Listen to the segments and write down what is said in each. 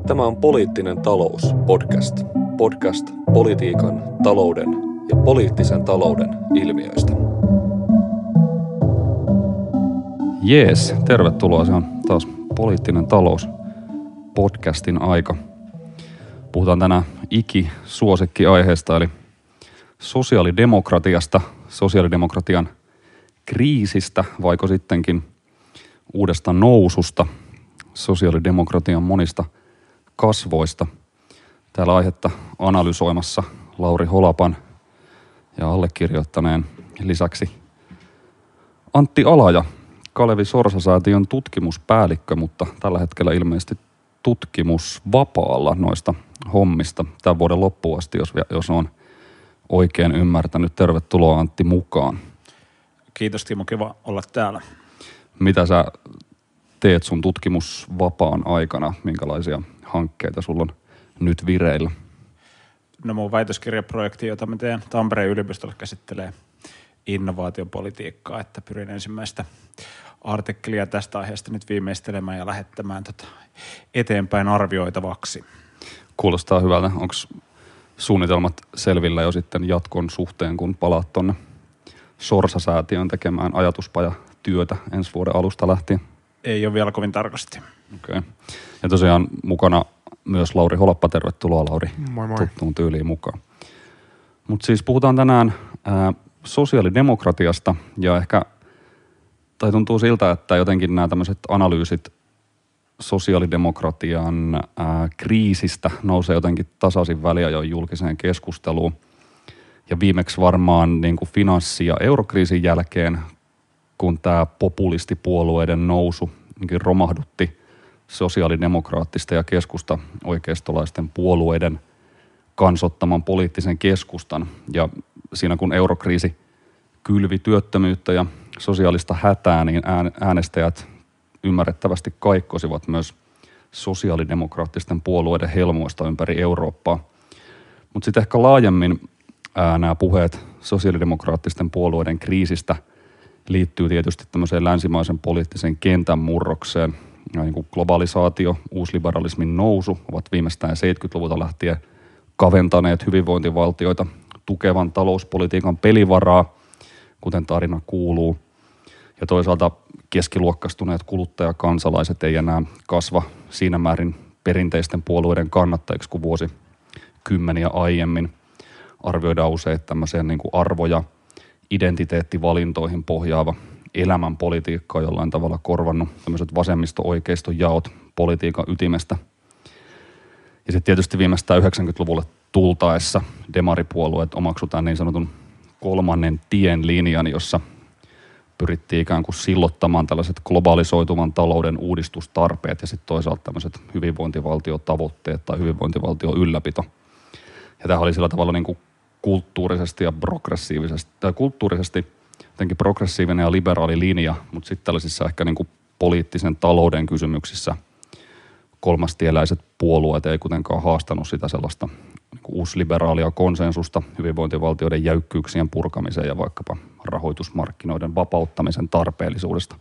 Tämä on Poliittinen talous podcast. Podcast politiikan, talouden ja poliittisen talouden ilmiöistä. Jees, tervetuloa. Se on taas Poliittinen talous podcastin aika. Puhutaan tänään ikisuosikkiaiheesta eli sosiaalidemokratiasta, sosiaalidemokratian kriisistä, vaiko sittenkin uudesta noususta, sosiaalidemokratian monista kasvoista. Täällä aihetta analysoimassa Lauri Holapan ja allekirjoittaneen lisäksi Antti Alaja, Kalevi Sorsa-säätiön tutkimuspäällikkö, mutta tällä hetkellä ilmeisesti tutkimusvapaalla noista hommista tämän vuoden loppuun asti, jos on oikein ymmärtänyt. Tervetuloa Antti mukaan. Kiitos Timo, kiva olla täällä. Mitä sä teet sun tutkimusvapaan aikana? Minkälaisia hankkeita sulla on nyt vireillä? No mun väitöskirjaprojekti, jota mä teen Tampereen yliopistolla, käsittelee innovaatiopolitiikkaa, että pyrin ensimmäistä artikkelia tästä aiheesta nyt viimeistelemään ja lähettämään eteenpäin arvioitavaksi. Kuulostaa hyvältä. Onko suunnitelmat selvillä jo sitten jatkon suhteen, kun palaat tuonne Sorsa-säätiön tekemään ajatuspajatyötä ensi vuoden alusta lähtien? Ei ole vielä kovin tarkasti. Okei. Ja tosiaan mukana myös Lauri Holappa. Tervetuloa Lauri. Moi moi. Tuttuun tyyliin mukaan. Mutta siis puhutaan tänään sosiaalidemokratiasta ja ehkä tai tuntuu siltä, että jotenkin nämä tämmöiset analyysit sosiaalidemokratian kriisistä nousee jotenkin tasaisin väliä jo julkiseen keskusteluun. Ja viimeksi varmaan niin kuin finanssi- ja eurokriisin jälkeen, kun tämä populistipuolueiden nousu romahdutti sosiaalidemokraattisten ja keskusta oikeistolaisten puolueiden kansottaman poliittisen keskustan. Ja siinä kun eurokriisi kylvi työttömyyttä ja sosiaalista hätää, niin äänestäjät ymmärrettävästi kaikkosivat myös sosiaalidemokraattisten puolueiden helmoista ympäri Eurooppaa. Mutta sitten ehkä laajemmin nämä puheet sosiaalidemokraattisten puolueiden kriisistä liittyy tietysti tämmöiseen länsimaisen poliittisen kentän murrokseen. Niin kuin globalisaatio, uusliberalismin nousu ovat viimeistään 70-luvulta lähtien kaventaneet hyvinvointivaltioita tukevan talouspolitiikan pelivaraa, kuten tarina kuuluu. Ja toisaalta keskiluokkastuneet kuluttajakansalaiset ei enää kasva siinä määrin perinteisten puolueiden kannattajiksi kuin vuosikymmeniä aiemmin. Arvioidaan usein tämmöiseen niin kuin arvo- ja identiteettivalintoihin pohjaava elämänpolitiikka on jollain tavalla korvannut tämmöiset vasemmisto-oikeiston jaot politiikan ytimestä. Ja sitten tietysti viimeistään 90-luvulle tultaessa demaripuolueet omaksutaan niin sanotun kolmannen tien linjan, jossa pyrittiin ikään kuin sillottamaan tällaiset globalisoituvan talouden uudistustarpeet ja sitten toisaalta tämmöiset hyvinvointivaltiotavoitteet tai hyvinvointivaltion ylläpito. Ja tämä oli sillä tavalla niin kuin kulttuurisesti ja progressiivisesti, tai kulttuurisesti jotenkin progressiivinen ja liberaali linja, mutta sitten tällaisissa ehkä niin kuin poliittisen talouden kysymyksissä kolmastieläiset puolueet ei kuitenkaan haastanut sitä sellaista niin kuin uusliberaalia konsensusta hyvinvointivaltioiden jäykkyyksien purkamiseen ja vaikkapa rahoitusmarkkinoiden vapauttamisen tarpeellisuudesta.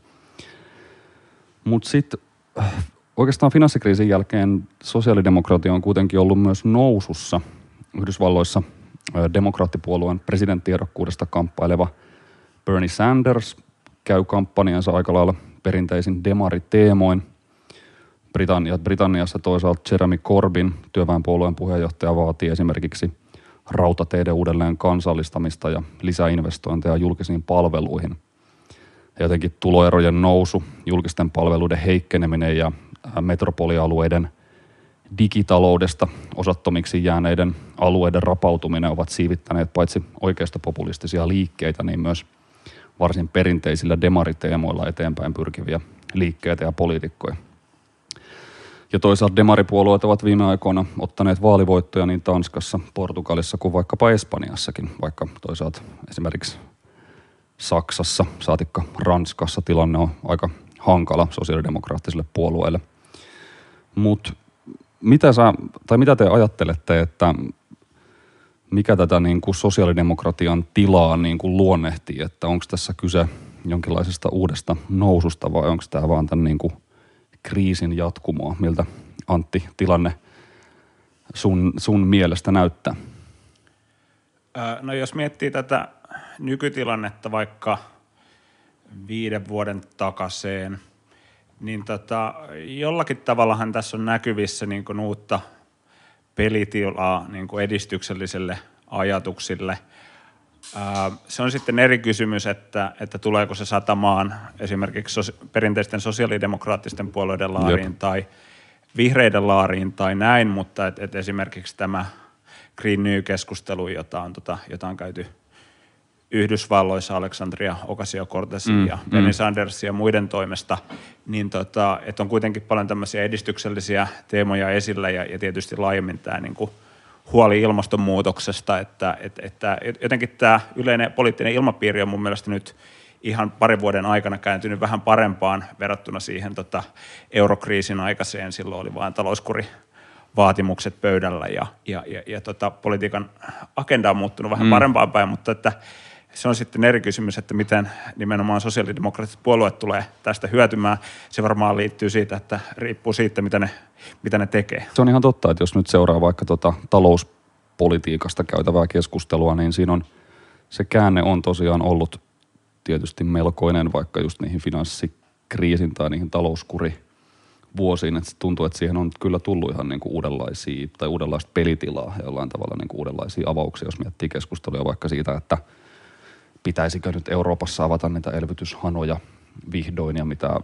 Mutta sitten oikeastaan finanssikriisin jälkeen sosiaalidemokratia on kuitenkin ollut myös nousussa. Yhdysvalloissa demokraattipuolueen presidenttiehdokkuudesta kamppaileva Bernie Sanders käy kampanjansa aika lailla perinteisin demariteemoin. Britanniassa toisaalta Jeremy Corbyn, työväenpuolueen puheenjohtaja, vaatii esimerkiksi rautateiden uudelleen kansallistamista ja lisäinvestointeja julkisiin palveluihin. Ja jotenkin tuloerojen nousu, julkisten palveluiden heikkeneminen ja metropolialueiden digitaloudesta osattomiksi jääneiden alueiden rapautuminen ovat siivittäneet paitsi oikeistopopulistisia liikkeitä, niin myös varsin perinteisillä demariteemoilla eteenpäin pyrkiviä liikkeitä ja poliitikkoja. Ja toisaalta demaripuolueet ovat viime aikoina ottaneet vaalivoittoja niin Tanskassa, Portugalissa kuin vaikkapa Espanjassakin, vaikka toisaalta esimerkiksi Saksassa, saatikka Ranskassa tilanne on aika hankala sosiaalidemokraattisille puolueille. Mutta mitä te ajattelette, että mikä tätä niin kuin sosiaalidemokratian tilaa niin kuin luonnehtii, että onko tässä kyse jonkinlaisesta uudesta noususta vai onko tämä vaan tämän niin kuin kriisin jatkumoa? Miltä Antti, tilanne sun mielestä näyttää? No jos miettii tätä nykytilannetta vaikka 5 vuoden takaseen, niin jollakin tavallahan tässä on näkyvissä niin kuin uutta pelitilaa niin kuin edistykselliselle ajatuksille. Se on sitten eri kysymys, että tuleeko se satamaan esimerkiksi perinteisten sosiaalidemokraattisten puolueiden laariin tai vihreiden laariin tai näin, mutta et esimerkiksi tämä Green New-keskustelu, jota on käyty Yhdysvalloissa Alexandria Ocasio-Cortezin ja Bernie Sandersin ja muiden toimesta, niin että on kuitenkin paljon tämmöisiä edistyksellisiä teemoja esillä ja tietysti laajemmin tämä niin kuin huoli ilmastonmuutoksesta, että jotenkin tämä yleinen poliittinen ilmapiiri on mun mielestä nyt ihan parin vuoden aikana kääntynyt vähän parempaan verrattuna siihen eurokriisin aikaiseen. Silloin oli vain talouskurivaatimukset pöydällä ja politiikan agenda on muuttunut vähän parempaan päin, mutta että se on sitten eri kysymys, että miten nimenomaan sosiaalidemokraattiset puolueet tulee tästä hyötymään. Se varmaan liittyy siitä, että riippuu siitä, mitä ne tekee. Se on ihan totta, että jos nyt seuraa vaikka talouspolitiikasta käytävää keskustelua, niin siinä on se käänne on tosiaan ollut tietysti melkoinen vaikka just niihin finanssikriisin tai niihin talouskurivuosiin, että se tuntuu, että siihen on kyllä tullut ihan niin kuin uudenlaista pelitilaa ja jollain tavalla niin kuin uudenlaisia avauksia, jos miettii keskustelua vaikka siitä, että pitäisikö nyt Euroopassa avata niitä elvytyshanoja vihdoin ja miten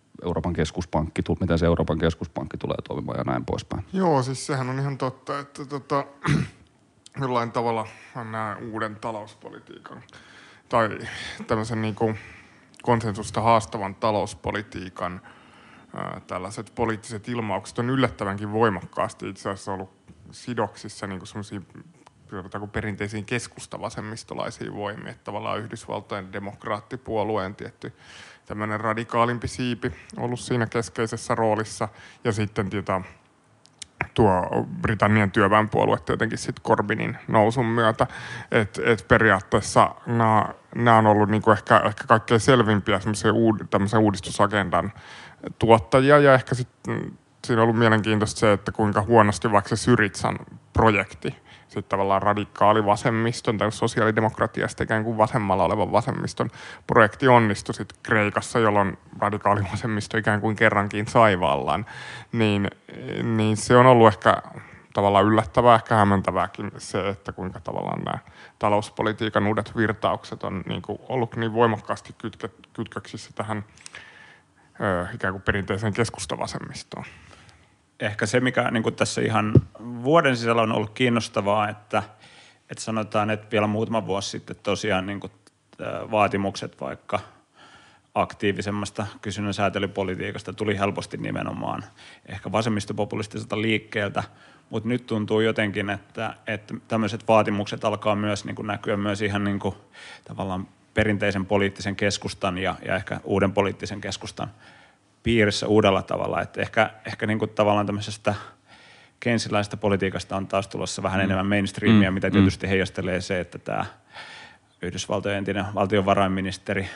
se Euroopan keskuspankki tulee toimimaan ja näin poispäin. Joo, siis sehän on ihan totta, että jollain tavalla nämä uuden talouspolitiikan tai tämmöisen niin kuin konsensusta haastavan talouspolitiikan tällaiset poliittiset ilmaukset on yllättävänkin voimakkaasti itse asiassa ollut sidoksissa niin kuin semmoisiin perinteisiin keskustavasemmistolaisiin voimiin, että tavallaan Yhdysvaltojen demokraattipuolueen tietty tämmöinen radikaalimpi siipi ollut siinä keskeisessä roolissa ja sitten tuo Britannian työväenpuolue tietenkin sitten Corbynin nousun myötä, että periaatteessa nämä on ollut niinku ehkä kaikkein selvimpiä tämmöisen uudistusagendan tuottajia ja ehkä sitten siinä on ollut mielenkiintoista se, että kuinka huonosti vaikka se Syrizan projekti, sitten tavallaan radikaali vasemmiston tai sosiaalidemokratiasta ikään kuin vasemmalla olevan vasemmiston projekti onnistui sitten Kreikassa, jolloin radikaali vasemmisto ikään kuin kerrankin sai vallan, niin se on ollut ehkä tavallaan yllättävää, ehkä hämmentävääkin se, että kuinka tavallaan nämä talouspolitiikan uudet virtaukset on niin kuin ollut niin voimakkaasti kytköksissä tähän ikään kuin perinteiseen keskustavasemmistoon. Ehkä se, mikä niin kuin tässä ihan vuoden sisällä on ollut kiinnostavaa, että sanotaan, että vielä muutama vuosi sitten tosiaan niin kuin vaatimukset vaikka aktiivisemmasta kysynnän säätelypolitiikasta tuli helposti nimenomaan ehkä vasemmistopopulistiselta liikkeeltä, mutta nyt tuntuu jotenkin, että tämmöiset vaatimukset alkaa myös niin kuin näkyä myös ihan niin kuin tavallaan perinteisen poliittisen keskustan ja ehkä uuden poliittisen keskustan piirissä uudella tavalla, että ehkä niin kuin tavallaan tämmöisestä keynesiläisestä politiikasta on taas tulossa vähän enemmän mainstreamia, mitä tietysti heijastelee se, että tämä Yhdysvaltojen entinen valtiovarainministeri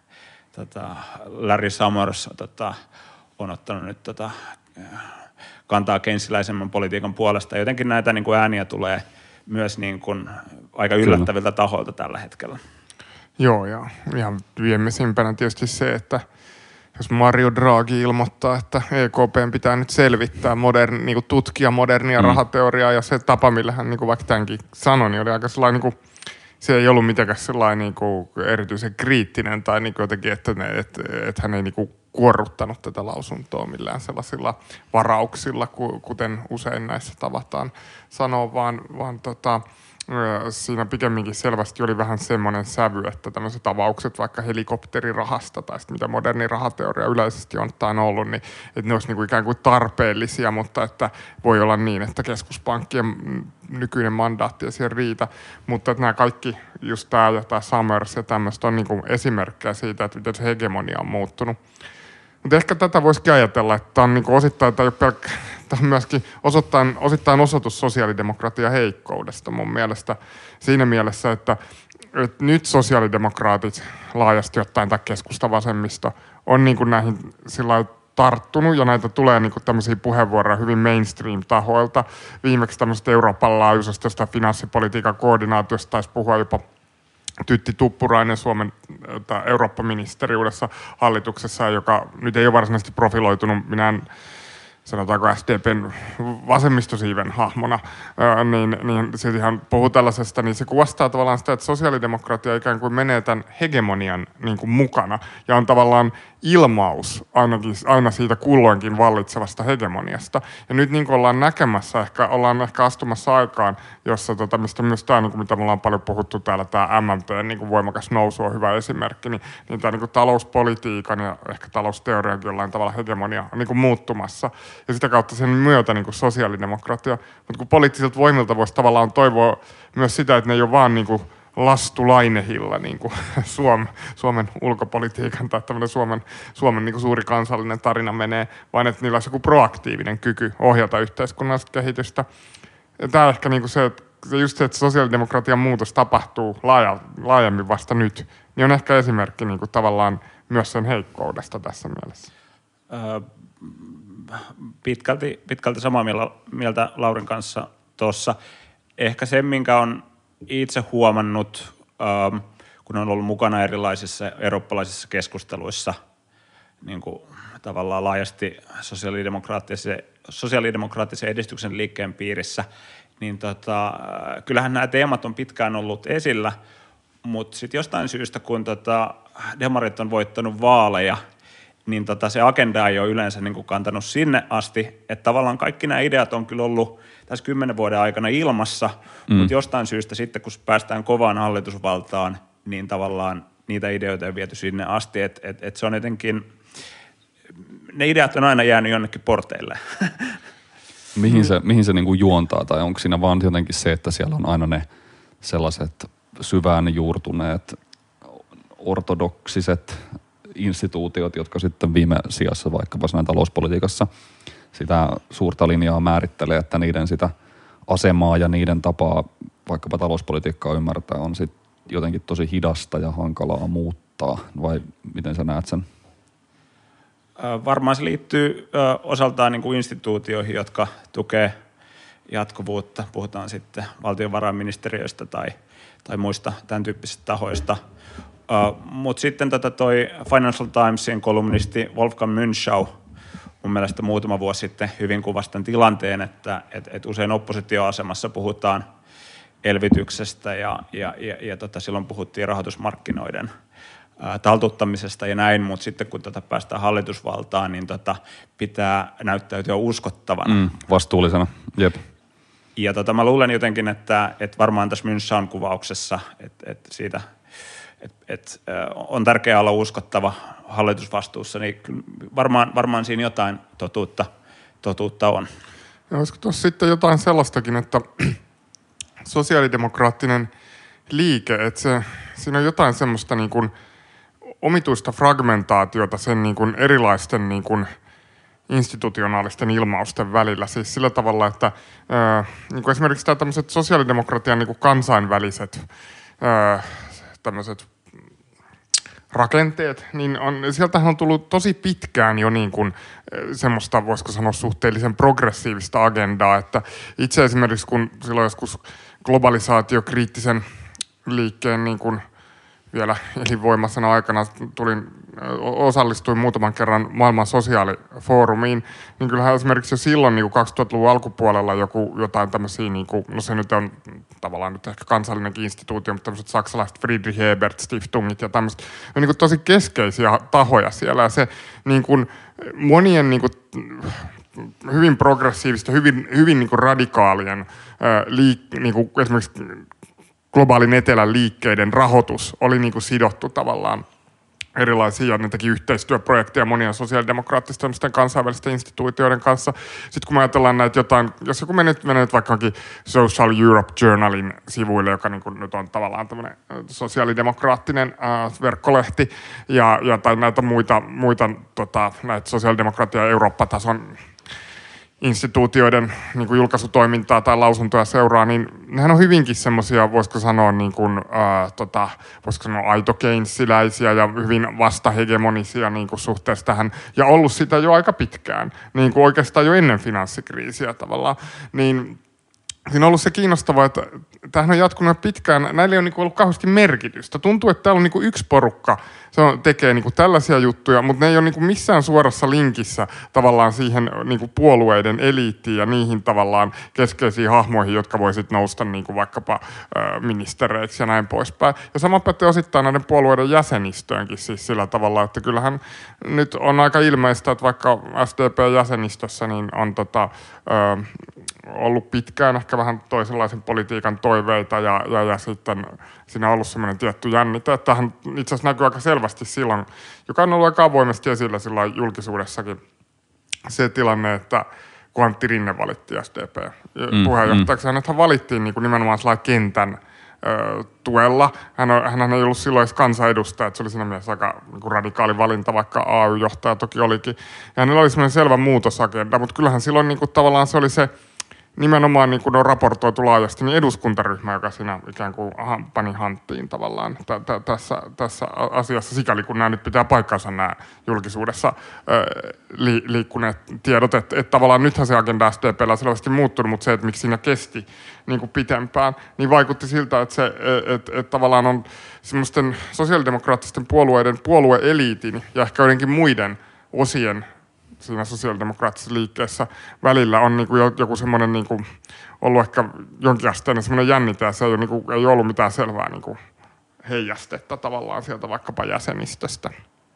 Larry Summers on ottanut nyt kantaa keynesiläisemmän politiikan puolesta. Jotenkin näitä niin kuin ääniä tulee myös niin kuin aika yllättäviltä tahoilta tällä hetkellä. Joo, ja ihan viimeisimpänä tietysti se, että jos Mario Draghi ilmoittaa, että EKPn pitää nyt selvittää niin kuin tutkia modernia rahateoriaa ja se tapa, millä hän niin kuin vaikka tämänkin sanoi, niin oli aika sellainen, niin kuin, se ei ollut mitenkään sellainen niin kuin erityisen kriittinen tai niin kuin jotenkin, että hän ei niin kuin kuorruttanut tätä lausuntoa millään sellaisilla varauksilla, kuten usein näissä tavataan sanoa, vaan siinä pikemminkin selvästi oli vähän semmoinen sävy, että tämmöiset avaukset vaikka helikopterirahasta tai sitten mitä moderni rahateoria yleisesti on ollut, niin että ne olisi niin kuin ikään kuin tarpeellisia, mutta että voi olla niin, että keskuspankkien nykyinen mandaatti ei siihen riitä, mutta että nämä kaikki, just tämä ja tämä Summers ja tämmöistä on niin kuin esimerkkejä siitä, että miten se hegemonia on muuttunut. Mutta ehkä tätä voisikin ajatella, että tämä on niin kuin osittain, tämä on myöskin osittain osoitus sosiaalidemokratian heikkoudesta mun mielestä siinä mielessä, että nyt sosiaalidemokraatit laajasti ottaen tai keskustavasemmisto on niin kuin näihin tarttunut ja näitä tulee niin kuin tämmöisiä puheenvuoroja hyvin mainstream-tahoilta. Viimeksi tämmöisestä Euroopan laajuisesta finanssipolitiikan koordinaatiosta taisi puhua jopa Tytti Tuppurainen Suomen Eurooppa-ministeriudessa hallituksessa, joka nyt ei ole varsinaisesti profiloitunut minään sanotaanko SDPn vasemmistosiiven hahmona, niin se ihan puhuu tällaisesta, niin se kuvastaa tavallaan sitä, että sosiaalidemokratia ikään kuin menee tämän hegemonian niin kuin mukana ja on tavallaan ilmaus aina siitä kulloinkin vallitsevasta hegemoniasta. Ja nyt niin kuin ollaan näkemässä, ollaan ehkä astumassa aikaan, jossa mistä myös tämä, niin kuin mitä me ollaan paljon puhuttu täällä, tämä MMT:n niin kuin voimakas nousu on hyvä esimerkki, niin tämä niin kuin talouspolitiikan ja ehkä talousteoriankin jollain tavalla hegemonia on niin kuin muuttumassa. Ja sitä kautta sen myötä niin kuin sosiaalidemokratia. Mutta kun poliittisilta voimilta voisi tavallaan toivoa myös sitä, että ne ei ole vaan niin kuin Lastu Lainehilla niin kuin Suomen ulkopolitiikan tai tämmöinen Suomen niin kuin suuri kansallinen tarina menee, vaan että niillä olisi joku proaktiivinen kyky ohjata yhteiskunnallista kehitystä. Ja tämä on ehkä niin kuin se, että sosiaalidemokratian muutos tapahtuu laajemmin vasta nyt, niin on ehkä esimerkki niin kuin tavallaan myös sen heikkoudesta tässä mielessä. Pitkälti samaa mieltä Laurin kanssa tuossa. Ehkä se, minkä on itse huomannut, kun on ollut mukana erilaisissa eurooppalaisissa keskusteluissa, niin kuin tavallaan laajasti sosiaalidemokraattisen edistyksen liikkeen piirissä, niin kyllähän nämä teemat on pitkään ollut esillä, mutta sitten jostain syystä, kun demarit on voittanut vaaleja, niin se agenda ei ole yleensä niin kuin kantanut sinne asti, että tavallaan kaikki nämä ideat on kyllä ollut tässä 10 vuoden aikana ilmassa, mutta jostain syystä sitten, kun päästään kovaan hallitusvaltaan, niin tavallaan niitä ideoita on viety sinne asti, että se on jotenkin, ne ideat on aina jäänyt jonnekin porteille. Mihin se niin kuin juontaa, tai onko siinä vaan jotenkin se, että siellä on aina ne sellaiset syvään juurtuneet ortodoksiset instituutiot, jotka sitten viime sijassa vaikkapa siinä talouspolitiikassa sitä suurta linjaa määrittelee, että niiden sitä asemaa ja niiden tapaa vaikkapa talouspolitiikkaa ymmärtää on sitten jotenkin tosi hidasta ja hankalaa muuttaa, vai miten sä näet sen? Varmaan se liittyy osaltaan niin kuin instituutioihin, jotka tukee jatkuvuutta. Puhutaan sitten valtiovarainministeriöstä tai muista tämän tyyppisistä tahoista. Mutta sitten toi Financial Timesin kolumnisti Wolfgang Münchau mun mielestä muutama vuosi sitten hyvin kuvasi tämän tilanteen, että usein oppositioasemassa puhutaan elvytyksestä ja silloin puhuttiin rahoitusmarkkinoiden taltuttamisesta ja näin, mutta sitten kun päästään hallitusvaltaan, niin pitää näyttäytyä uskottavana. Vastuullisena, jep. Ja mä luulen jotenkin, että varmaan tässä Münchaun kuvauksessa, että siitä on tärkeää olla uskottava hallitusvastuussa, niin varmaan siinä jotain totuutta on. Ja olisiko tuossa sitten jotain sellaistakin, että sosiaalidemokraattinen liike, että siinä on jotain semmoista niin kuin omituista fragmentaatiota sen niin kuin erilaisten niin kuin institutionaalisten ilmausten välillä. Siis sillä tavalla, että niin kuin esimerkiksi tämä tämmöiset sosiaalidemokratian niin kuin kansainväliset tämmöiset rakenteet, niin sieltähän on tullut tosi pitkään jo niin kuin semmoista, voisiko sanoa, suhteellisen progressiivista agendaa, että itse esimerkiksi kun silloin joskus globalisaatiokriittisen liikkeen niin kuin vielä elinvoimaisena aikana osallistuin muutaman kerran maailman sosiaalifoorumiin, niin kyllähän esimerkiksi jo silloin niin kuin 2000-luvun alkupuolella jotain tämmöisiä, niin kuin, no se nyt on tavallaan nyt ehkä kansallinenkin instituutio, mutta tämmöiset saksalaiset Friedrich Ebert Stiftungit ja tämmöiset, on niin kuin tosi keskeisiä tahoja siellä ja se niin kuin monien niin kuin hyvin progressiivista, hyvin niin kuin radikaalien niin kuin esimerkiksi globaalin etelän liikkeiden rahoitus oli niin kuin sidottu tavallaan erilaisia, ne teki yhteistyöprojekteja monien sosiaalidemokraattisten kansainvälisten instituutioiden kanssa. Sitten kun me ajatellaan näitä jotain, jos joku menee vaikka Social Europe Journalin sivuille, joka niin kuin nyt on tavallaan tämmöinen sosiaalidemokraattinen verkkolehti, tai näitä muita näitä sosiaalidemokratia- ja Eurooppa-tason instituutioiden niin kuin julkaisutoimintaa tai lausuntoja seuraa, niin nehän on hyvinkin semmoisia, voisiko sanoa, niin kuin, voisiko sanoa aitokeynesiläisiä ja hyvin vastahegemonisia niin kuin suhteessa tähän, ja ollut sitä jo aika pitkään, niin kuin oikeastaan jo ennen finanssikriisiä tavallaan, niin siinä on ollut se kiinnostavaa, että tämähän on jatkunut pitkään. Näillä ei ole niin kuin ollut kauheasti merkitystä. Tuntuu, että täällä on niin kuin yksi porukka, tekee niin kuin tällaisia juttuja, mutta ne ei ole niin kuin missään suorassa linkissä tavallaan siihen niin kuin puolueiden eliittiin ja niihin tavallaan keskeisiin hahmoihin, jotka voisit nousta niin kuin vaikkapa ministereiksi ja näin poispäin. Ja sama pätee osittain näiden puolueiden jäsenistöönkin siis sillä tavalla, että kyllähän nyt on aika ilmeistä, että vaikka SDP-jäsenistössä niin on ollut pitkään ehkä vähän toisenlaisen politiikan toiveita ja sitten siinä on ollut semmoinen tietty jännite. Että tämähän itse asiassa näkyy aika selvästi silloin, joka on ollut aika avoimesti esillä silloin julkisuudessakin se tilanne, että kun Antti Rinne valittiin SDP-puheenjohtajaksi, hänethän valittiin niin kuin nimenomaan sellainen kentän tuella. Hän ei ollut silloin edes kansanedustaja, että se oli siinä mielessä aika niin radikaali valinta, vaikka AY-johtaja toki olikin. Ja hänellä oli semmoinen selvä muutosagenda, mutta kyllähän silloin niin kuin tavallaan se oli se nimenomaan niin kuin on raportoitu laajasti, niin eduskuntaryhmä, joka siinä ikään kuin pani hanttiin tavallaan tässä asiassa, sikäli kun nämä nyt pitää paikkansa nämä julkisuudessa liikkuneet tiedot, että tavallaan nythän se agenda SDP:llä on selvästi muuttunut, mutta se, että miksi siinä kesti niin kuin pitempään, niin vaikutti siltä, että tavallaan on semmoisten sosiaalidemokraattisten puolueiden puolueeliitin ja ehkä joidenkin muiden osien siinä sosiaalidemokraattisessa liikkeessä välillä on niin kuin joku semmoinen niin kuin ollut ehkä jonkinasteinen semmoinen jännite, ja se ei ollut mitään selvää niin kuin heijastetta tavallaan sieltä vaikkapa jäsenistöstä.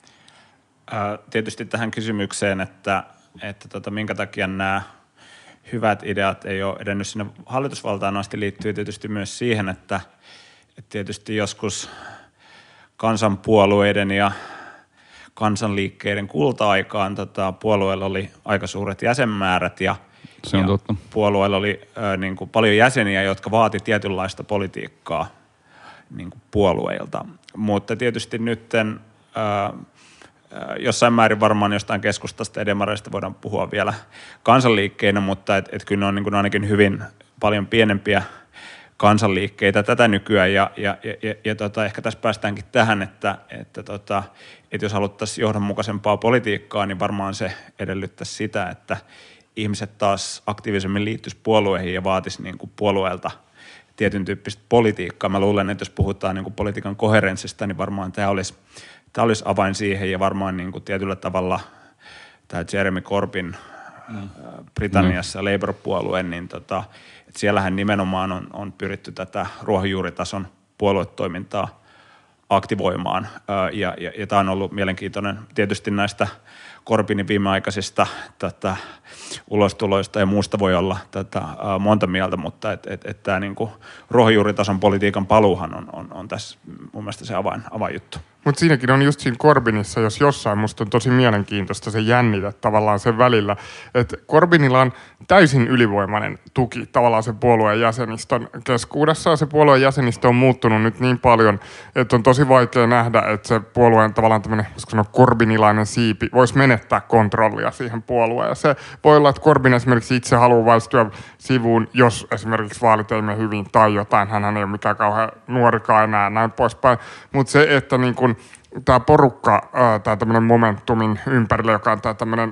Tietysti tähän kysymykseen, että minkä takia nämä hyvät ideat ei ole edennyt sinne hallitusvaltaan asti, liittyy tietysti myös siihen, että tietysti joskus kansanpuolueiden ja kansanliikkeiden kulta-aikaan puolueella oli aika suuret jäsenmäärät ja puolueella oli niin kuin paljon jäseniä, jotka vaati tietynlaista politiikkaa niin kuin puolueilta. Mutta tietysti nyt jossain määrin varmaan jostain keskustasta ja demareista voidaan puhua vielä kansanliikkeinä, mutta et kyllä ne on niin kuin ainakin hyvin paljon pienempiä kansanliikkeitä tätä nykyään ja ehkä tässä päästäänkin tähän, että jos haluttaisiin johdonmukaisempaa politiikkaa, niin varmaan se edellyttäisi sitä, että ihmiset taas aktiivisemmin liittyisi puolueihin ja vaatisi niin kuin puolueelta tietyn tyyppistä politiikkaa. Mä luulen, että jos puhutaan niin kuin politiikan koherenssista, niin varmaan tämä olisi avain siihen ja varmaan niin kuin tietyllä tavalla tämä Jeremy Corbyn Britanniassa Labour-puolue, niin että siellähän nimenomaan on pyritty tätä ruohonjuuritason puoluetoimintaa aktivoimaan ja tämä on ollut mielenkiintoinen tietysti näistä Corbynin viimeaikaisista ulostuloista ja muusta voi olla monta mieltä, mutta tämä niinku ruohonjuuritason politiikan paluuhan on tässä mun mielestä se avainjuttu. Mutta siinäkin on just siinä Corbynissa, jos jossain, musta on tosi mielenkiintoista se jännite tavallaan sen välillä, että Corbynilla on täysin ylivoimainen tuki tavallaan sen puolueen jäsenistön keskuudessa, ja se puolueen jäsenistö on muuttunut nyt niin paljon, että on tosi vaikea nähdä, että se puolueen tavallaan tämmöinen, voisiko sanoa Corbynilainen siipi, voisi menettää kontrollia siihen puolueen. Ja se voi olla, että Corbyn esimerkiksi itse haluaa väistyä sivuun, jos esimerkiksi vaalit ei mene hyvin tai jotain, hän ei ole mikään kauhean nuorikaan enää, näin poispäin, mutta se, että niin kun tämä porukka, tämä tämmöinen momentumin ympärillä, joka on tämä tämmöinen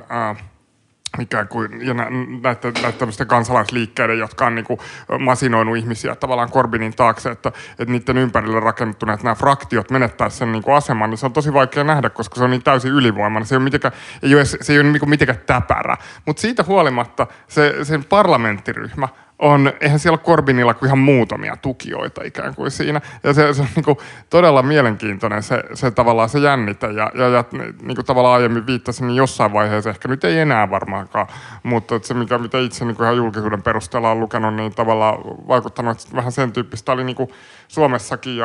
ikään kuin, ja näiden tämmöisten kansalaisliikkeiden, jotka on niin kuin masinoinut ihmisiä tavallaan Corbynin taakse, että niiden ympärillä rakennettuneet nämä fraktiot menettäisi sen niin kuin aseman, niin se on tosi vaikea nähdä, koska se on niin täysin ylivoimainen. Se ei ole niin kuin mitenkään täpärä, mutta siitä huolimatta sen parlamenttiryhmä eihän siellä Corbynilla kuin ihan muutamia tukijoita ikään kuin siinä. Ja se on niin kuin todella mielenkiintoinen se tavallaan se jännite. Ja niin kuin tavallaan aiemmin viittasin, niin jossain vaiheessa ehkä nyt ei enää varmaankaan, mutta se mitä itse niin kuin ihan julkisuuden perusteella on lukenut, niin tavallaan vaikuttanut, että vähän sen tyyppistä oli niin kuin Suomessakin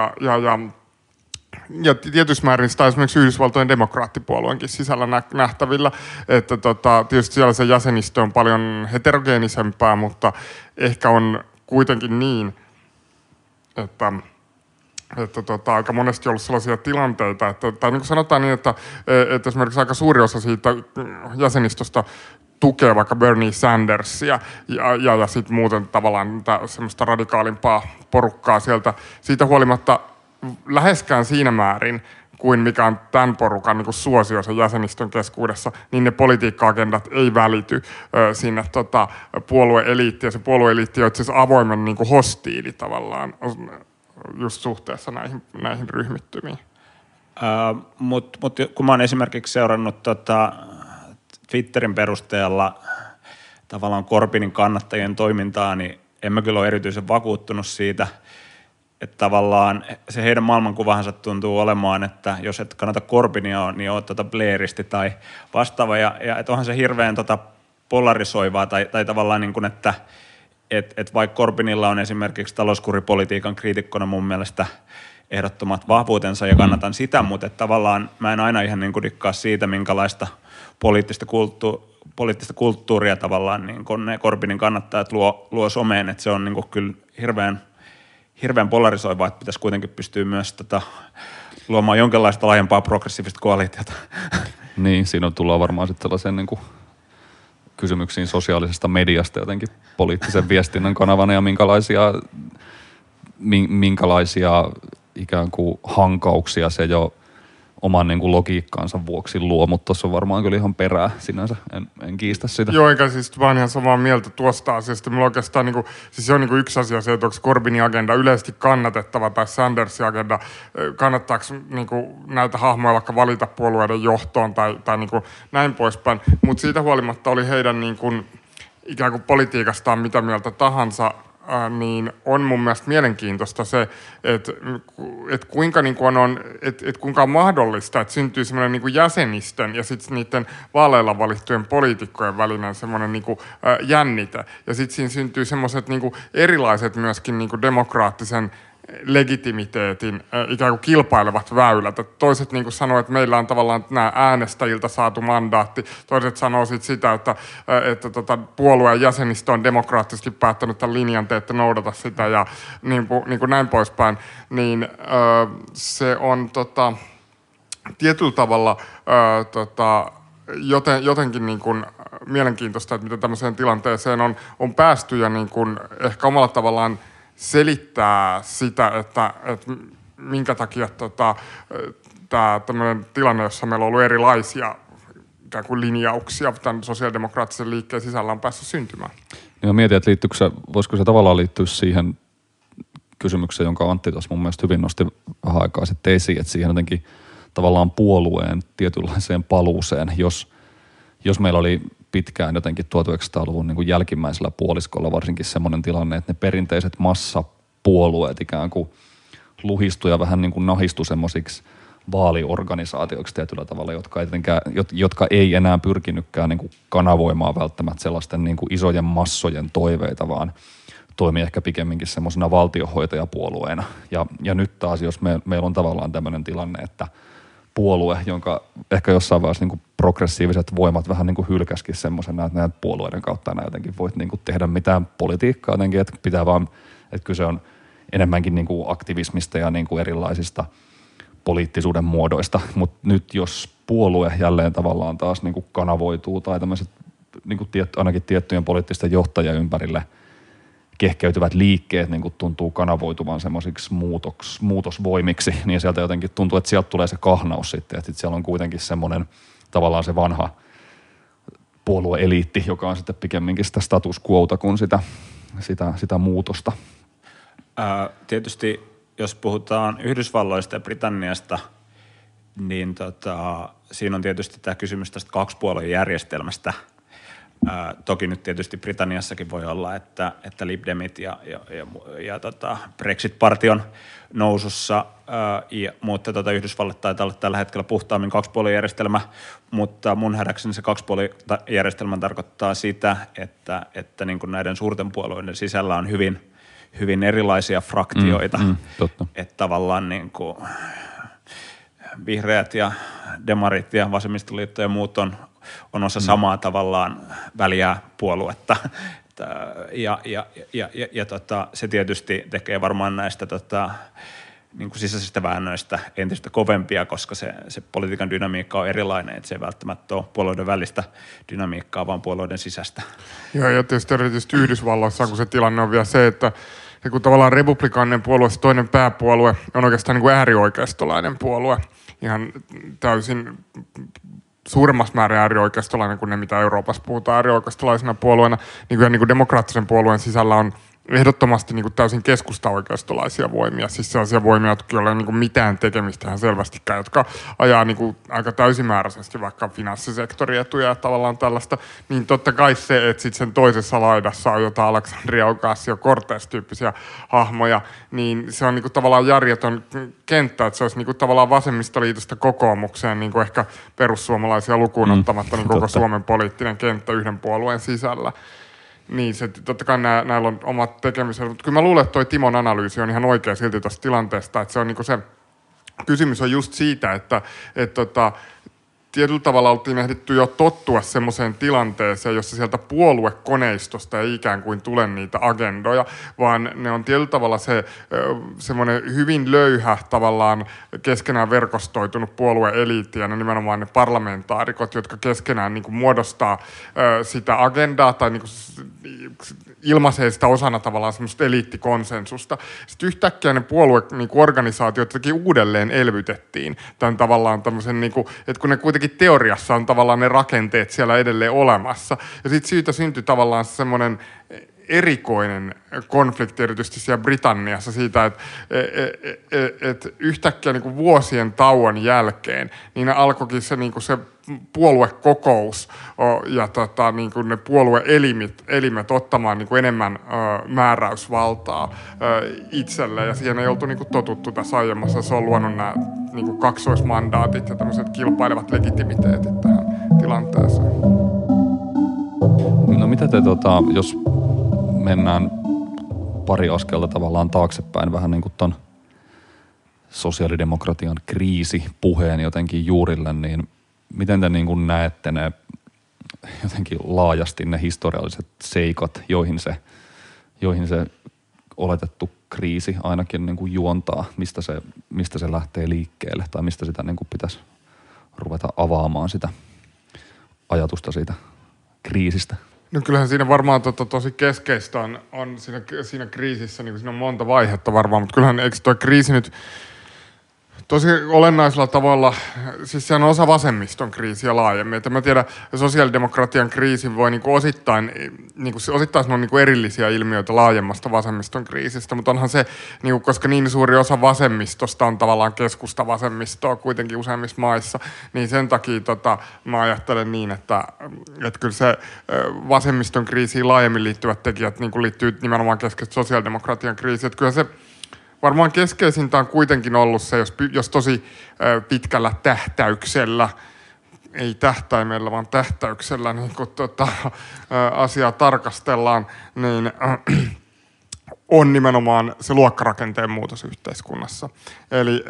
ja tietyssä määrin sitä esimerkiksi Yhdysvaltojen demokraattipuolueenkin sisällä nähtävillä, että tietysti siellä se jäsenistö on paljon heterogeenisempää, mutta ehkä on kuitenkin niin, että aika monesti ollut sellaisia tilanteita, tai niin kuin sanotaan niin, että esimerkiksi aika suuri osa siitä jäsenistöstä tukee vaikka Bernie Sandersia ja sitten muuten tavallaan semmoista radikaalimpaa porukkaa sieltä. Siitä huolimatta läheskään siinä määrin kuin mikä on tämän porukan niin kuin suosio sen jäsenistön keskuudessa, niin ne politiikka-agendat ei välity sinne puolue-eliittiin. Ja se puolue-eliitti on itse asiassa avoimen niin kuin hostiili tavallaan just suhteessa näihin ryhmittymiin. Mut kun mä oon esimerkiksi seurannut Twitterin perusteella tavallaan Corbinin kannattajien toimintaa, niin en mä kyllä ole erityisen vakuuttunut siitä, että tavallaan se heidän maailmankuvansa tuntuu olemaan, että jos et kannata Corbynia, niin oot Blairisti tai vastaava. Ja että onhan se hirveän polarisoivaa tai tavallaan niin kuin, että vaikka Corbynilla on esimerkiksi talouskuripolitiikan kriitikkona mun mielestä ehdottomat vahvuutensa ja kannatan sitä, mutta että tavallaan mä en aina ihan niin kuin dikkaa siitä, minkälaista poliittista kulttuuria tavallaan niin kuin ne Corbynin kannattajat luo someen, että se on niin kuin kyllä hirveän polarisoivaa, että pitäisi kuitenkin pystyä myös luomaan jonkinlaista laajempaa progressiivista koalitiota. Niin, siinä tullaan varmaan sitten sellaisen niin kuin kysymyksiin sosiaalisesta mediasta jotenkin poliittisen viestinnän kanavana ja minkälaisia ikään kuin hankauksia se jo oman niin kuin logiikkaansa vuoksi luo, mutta tuossa on varmaan kyllä ihan perää sinänsä, en kiistä sitä. Joo, eikä siis vaan ihan samaa mieltä tuosta asiasta. Mulla oikeastaan niin kuin, siis se on niin kuin yksi asia se, että onko Corbynin agenda yleisesti kannatettava tai Sandersin agenda, kannattaako niin kuin näitä hahmoja vaikka valita puolueiden johtoon tai niin kuin näin poispäin. Mutta siitä huolimatta oli heidän niin kuin, ikään kuin politiikastaan mitä mieltä tahansa, niin on mun mielestä mielenkiintoista se, että kuinka, niin kuin kuinka on mahdollista, että syntyy semmoinen niin kuin jäsenistön ja sitten niiden vaaleilla valittujen poliitikkojen välinen semmoinen niin kuin jännite. Ja sitten siinä syntyy semmoiset niin kuin erilaiset myöskin niin kuin demokraattisen legitimiteetin ikään kuin kilpailevat väylät. Että toiset niin kuin sanoo, että meillä on tavallaan nämä äänestäjiltä saatu mandaatti. Toiset sanoo sit sitä, että puolueen jäsenistö on demokraattisesti päättänyt tämän linjan, te ette noudata sitä ja niin kuin näin poispäin. Niin se on tietyllä tavalla jotenkin niin kuin mielenkiintoista, että miten tämmöiseen tilanteeseen on päästy ja niin kuin ehkä omalla tavallaan selittää sitä, että minkä takia tämä tämmöinen tilanne, jossa meillä on ollut erilaisia ikään kuin linjauksia tämän sosiaalidemokraattisen liikkeen sisällä on päässyt syntymään. Ja mietin, että voisiko se tavallaan liittyä siihen kysymykseen, jonka Antti tuossa mun mielestä hyvin nosti vähän aikaa sitten esiin, että siihen jotenkin tavallaan puolueen tietynlaiseen paluuseen, jos meillä oli pitkään jotenkin 1900-luvun niin kuin jälkimmäisellä puoliskolla varsinkin semmoinen tilanne, että ne perinteiset massapuolueet ikään kuin luhistui ja vähän niin kuin nahistui semmoisiksi vaaliorganisaatioiksi tietyllä tavalla, jotka ei enää pyrkinytkään niin kuin kanavoimaan välttämättä sellaisten niin kuin isojen massojen toiveita, vaan toimii ehkä pikemminkin semmoisena valtionhoitajapuolueena. Ja nyt taas, jos meillä on tavallaan tämmöinen tilanne, että puolue, jonka ehkä jossain vaiheessa niin kuin progressiiviset voimat vähän niin kuin hylkäskin semmoisena, että näitä puolueiden kautta enää jotenkin voit niin kuin tehdä mitään politiikkaa jotenkin, että pitää vaan, että kyse on enemmänkin niin kuin aktivismista ja niin kuin erilaisista poliittisuuden muodoista, mutta nyt jos puolue jälleen tavallaan taas niin kuin kanavoituu tai tämmöiset niin kuin ainakin tiettyjen poliittisten johtajien ympärille kehkeytyvät liikkeet niin kuin tuntuu kanavoituvan semmoisiksi muutosvoimiksi, niin sieltä jotenkin tuntuu, että sieltä tulee se kahnaus sitten, että siellä on kuitenkin semmoinen tavallaan se vanha puolue-eliitti, joka on sitten pikemminkin sitä status quota kuin sitä muutosta. Tietysti jos puhutaan Yhdysvalloista ja Britanniasta, niin siinä on tietysti tämä kysymys tästä kaksipuoluejärjestelmästä. Toki nyt tietysti Britanniassakin voi olla, että Lib Demit ja Brexit-partion nousussa, mutta Yhdysvallat taitaa olla tällä hetkellä puhtaammin kaksipuoluejärjestelmä, mutta mun nähdäkseni se kaksipuoluejärjestelmä tarkoittaa sitä, että niin kuin näiden suurten puolueiden sisällä on hyvin erilaisia fraktioita, että tavallaan niin kuin vihreät ja demarit ja vasemmistoliitto ja muut on osa samaa tavallaan väliä puoluetta. Ja se tietysti tekee varmaan näistä niin kuin sisäisistä väännöistä entistä kovempia, koska se politiikan dynamiikka on erilainen, että se ei välttämättä ole puolueiden välistä dynamiikkaa, vaan puolueiden sisäistä. Joo, ja tietysti erityisesti Yhdysvalloissa, kun se tilanne on vielä se, että kun tavallaan republikaaninen puolue, se toinen pääpuolue, on oikeastaan niin kuin äärioikeistolainen puolue, ihan täysin suuremmassa määrin äärioikeistolainen kuin ne, mitä Euroopassa puhutaan äärioikeistolaisena puolueena, niin kuin demokraattisen puolueen sisällä on ehdottomasti niin kuin täysin keskustaoikeistolaisia voimia, siis sellaisia voimia, jotka ei ole niin kuin mitään tekemistä ihan selvästikään, jotka ajaa niin kuin aika täysimääräisesti vaikka finanssisektorietuja ja tavallaan tällaista, niin totta kai se, että sitten sen toisessa laidassa on jotain Alexandria Ocasio-Cortez-tyyppisiä hahmoja, niin se on niin kuin tavallaan järjetön kenttä, että se olisi niin kuin tavallaan vasemmistoliitosta kokoomukseen niin kuin ehkä perussuomalaisia lukuun ottamatta niin koko Suomen poliittinen kenttä yhden puolueen sisällä. Niin, se, totta kai näillä on omat tekemiset, mutta kyllä mä luulen, että toi Timon analyysi on ihan oikea silti tuosta tilanteesta, että se on niinku se kysymys on just siitä, että tietyllä tavalla oltiin ehditty jo tottua semmoiseen tilanteeseen, jossa sieltä puoluekoneistosta ei ikään kuin tule niitä agendoja, vaan ne on tietyllä tavalla semmoinen hyvin löyhä tavallaan keskenään verkostoitunut puolueeliitti ja nimenomaan ne parlamentaarikot, jotka keskenään niin kuin muodostaa sitä agendaa tai niin kuin ilmaisee sitä osana tavallaan semmoista eliittikonsensusta. Sitten yhtäkkiä ne puolueorganisaatiot jotenkin uudelleen elvytettiin tämän tavallaan tämmöisen, niin kuin, että kun ne kuitenkin teoriassa on tavallaan ne rakenteet siellä edelleen olemassa. Ja sitten siitä syntyi tavallaan semmoinen erikoinen konflikti erityisesti siellä Britanniassa siitä, että yhtäkkiä niin kuin vuosien tauon jälkeen niin alkoikin se, niin kuin se puoluekokous ja niin kuin ne puolueelimet ottamaan niin kuin enemmän määräysvaltaa itselleen. Ja siihen ei oltu niin kuin totuttu tässä aiemmassa. Se on luonut nämä niin kuin kaksoismandaatit ja tämmöiset kilpailevat legitimiteetit tähän tilanteeseen. No mitä te, jos mennään pari askelta tavallaan taaksepäin vähän niin kuin ton sosiaalidemokratian kriisipuheen jotenkin juurille, niin miten te niin kuin näette ne jotenkin laajasti ne historialliset seikat, joihin se oletettu kriisi ainakin niin kuin juontaa, mistä se lähtee liikkeelle tai mistä sitä niin kuin pitäisi ruveta avaamaan sitä ajatusta siitä kriisistä? No kyllähän siinä varmaan tosi keskeistä on siinä kriisissä, niin siinä on monta vaihetta varmaan, mutta kyllähän eikö tuo kriisi nyt tosi olennaisella tavalla, siis se on osa vasemmiston kriisiä laajemmin. Että mä tiedän, sosiaalidemokratian kriisi voi niinku osittain on niinku erillisiä ilmiöitä laajemmasta vasemmiston kriisistä, mutta onhan se, niinku, koska niin suuri osa vasemmistosta on tavallaan keskusta-vasemmistoa kuitenkin useimmissa maissa, niin sen takia mä ajattelen niin, että kyllä se vasemmiston kriisiin laajemmin liittyvät tekijät niinku liittyy nimenomaan keskeisesti sosiaalidemokratian kriisiin. Että kyllä se varmaan keskeisintä on kuitenkin ollut se, jos tosi pitkällä tähtäyksellä, ei tähtäimellä, vaan tähtäyksellä niin kun asiaa tarkastellaan, niin on nimenomaan se luokkarakenteen muutos yhteiskunnassa. Eli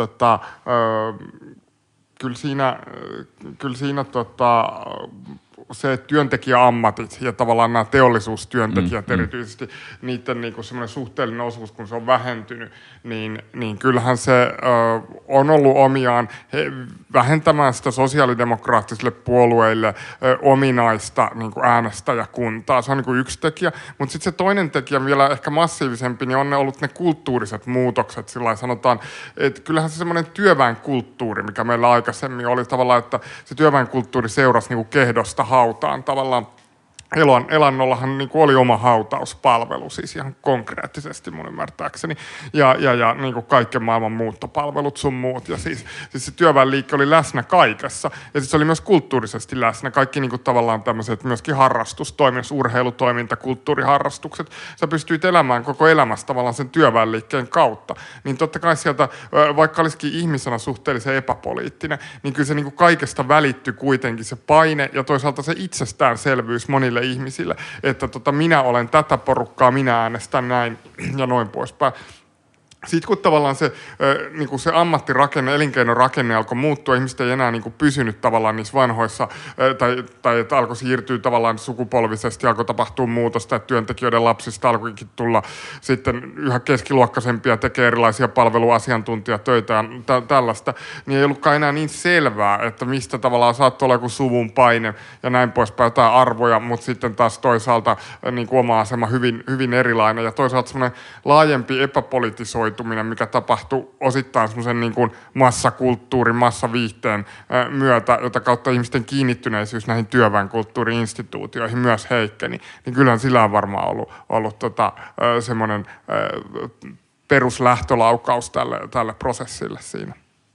kyllä siinä se työntekijäammatit ja tavallaan nämä teollisuustyöntekijät erityisesti, niiden niinku semmoinen suhteellinen osuus, kun se on vähentynyt, niin kyllähän se on ollut omiaan vähentämään sitä sosiaalidemokraattisille puolueille ominaista niinku äänestäjäkuntaa. Se on niinku yksi tekijä, mutta sitten se toinen tekijä vielä ehkä massiivisempi, niin on ne ollut ne kulttuuriset muutokset. Sillä sanotaan, että kyllähän se semmoinen työväenkulttuuri, mikä meillä aikaisemmin oli tavallaan, että se työväenkulttuuri seurasi niinku kehdosta hautaan tavallaan. Elannollahan niin kuin oli oma hautauspalvelu, siis ihan konkreettisesti mun ymmärtääkseni, ja niin kuin kaiken maailman muuttopalvelut sun muut, ja siis se työväenliike oli läsnä kaikessa, ja siis se oli myös kulttuurisesti läsnä, kaikki niin kuin tavallaan tämmöiset myöskin harrastustoiminnat, urheilutoiminta, kulttuuriharrastukset, sä pystyit elämään koko elämässä tavallaan sen työväenliikkeen kautta, niin totta kai sieltä, vaikka olisikin ihmisenä suhteellisen epäpoliittinen, niin kyllä se niin kuin kaikesta välittyi kuitenkin se paine, ja toisaalta se itsestäänselvyys monille ihmisille, että minä olen tätä porukkaa, minä äänestän näin ja noin poispäin. sitten kun tavallaan niin se ammattirakenne, elinkeinorakenne alkoi muuttua, ihmiset ei enää niin pysynyt tavallaan niissä vanhoissa, tai että alkoi siirtyä tavallaan sukupolvisesti, alkoi tapahtua muutosta, että työntekijöiden lapsista alkoikin tulla sitten yhä keskiluokkaisempia, tekee erilaisia palveluasiantuntijatöitä ja tällaista, niin ei ollutkaan enää niin selvää, että mistä tavallaan saattoi olla joku suvun paine ja näin poispäin, jotain arvoja, mutta sitten taas toisaalta niin kuin oma asema hyvin, hyvin erilainen ja toisaalta semmoinen laajempi epäpolitisoituminen, mikä tapahtui osittain semmoisen niin kuin massakulttuurin, massaviihteen myötä, jota kautta ihmisten kiinnittyneisyys näihin työväenkulttuuri-instituutioihin myös heikkeni, niin kyllähän sillä on varmaan ollut semmoinen peruslähtölaukaus tälle prosessille siinä.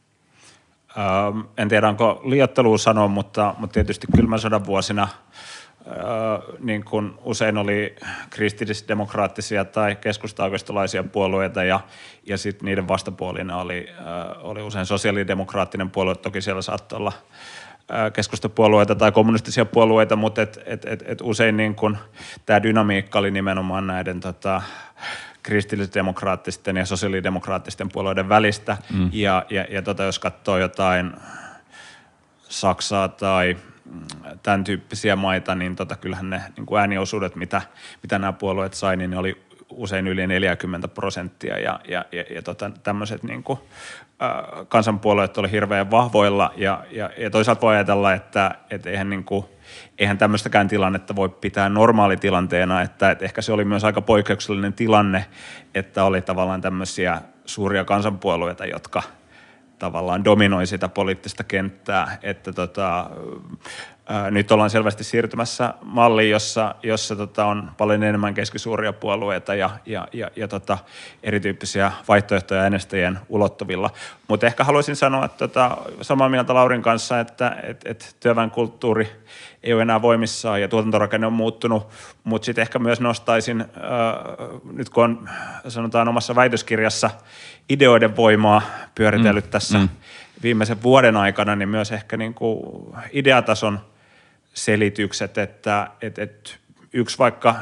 En tiedä, onko liioittelua sanoa, mutta tietysti kylmän sodan vuosina niin kuin usein oli kristillisdemokraattisia tai keskusta-oikeistolaisia puolueita ja sitten niiden vastapuolina oli usein sosiaalidemokraattinen puolue. Toki siellä saattoi olla keskustapuolueita tai kommunistisia puolueita, mutta et usein niin kun tämä dynamiikka oli nimenomaan näiden kristillisdemokraattisten ja sosiaalidemokraattisten puolueiden välistä. Ja jos katsoo jotain Saksaa tai tämän tyyppisiä maita, niin kyllähän ne niin kuin ääniosuudet, mitä nämä puolueet sai, niin ne oli usein yli 40% ja tämmöiset niin kuin, kansanpuolueet oli hirveän vahvoilla ja toisaalta voi ajatella, että eihän tämmöistäkään tilannetta voi pitää normaalitilanteena, että ehkä se oli myös aika poikkeuksellinen tilanne, että oli tavallaan tämmöisiä suuria kansanpuolueita, jotka tavallaan dominoi sitä poliittista kenttää, että nyt ollaan selvästi siirtymässä malliin, jossa on paljon enemmän keskisuuria puolueita ja erityyppisiä vaihtoehtoja äänestäjien ulottuvilla. Mutta ehkä haluaisin sanoa, että samaa mieltä Laurin kanssa, että työväenkulttuuri ei ole enää voimissaan ja tuotantorakenne on muuttunut, mutta sitten ehkä myös nostaisin, nyt kun on sanotaan omassa väitöskirjassa ideoiden voimaa pyöritellyt tässä viimeisen vuoden aikana, niin myös ehkä niin kuin ideatason selitykset, että yksi vaikka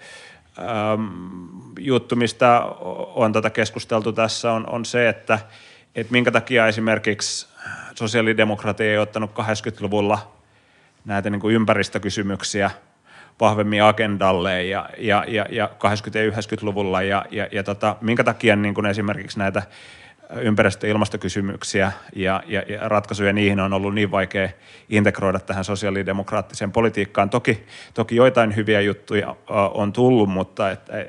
juttu, mistä on keskusteltu tässä, on se, että minkä takia esimerkiksi sosiaalidemokratia ei ottanut 80-luvulla näitä niin kuin ympäristökysymyksiä vahvemmin agendalle ja 80- ja 90-luvulla ja minkä takia niin kuin esimerkiksi näitä ympäristö- ja ilmastokysymyksiä ja ratkaisuja niihin on ollut niin vaikea integroida tähän sosiaalidemokraattiseen politiikkaan. Toki joitain hyviä juttuja on tullut, mutta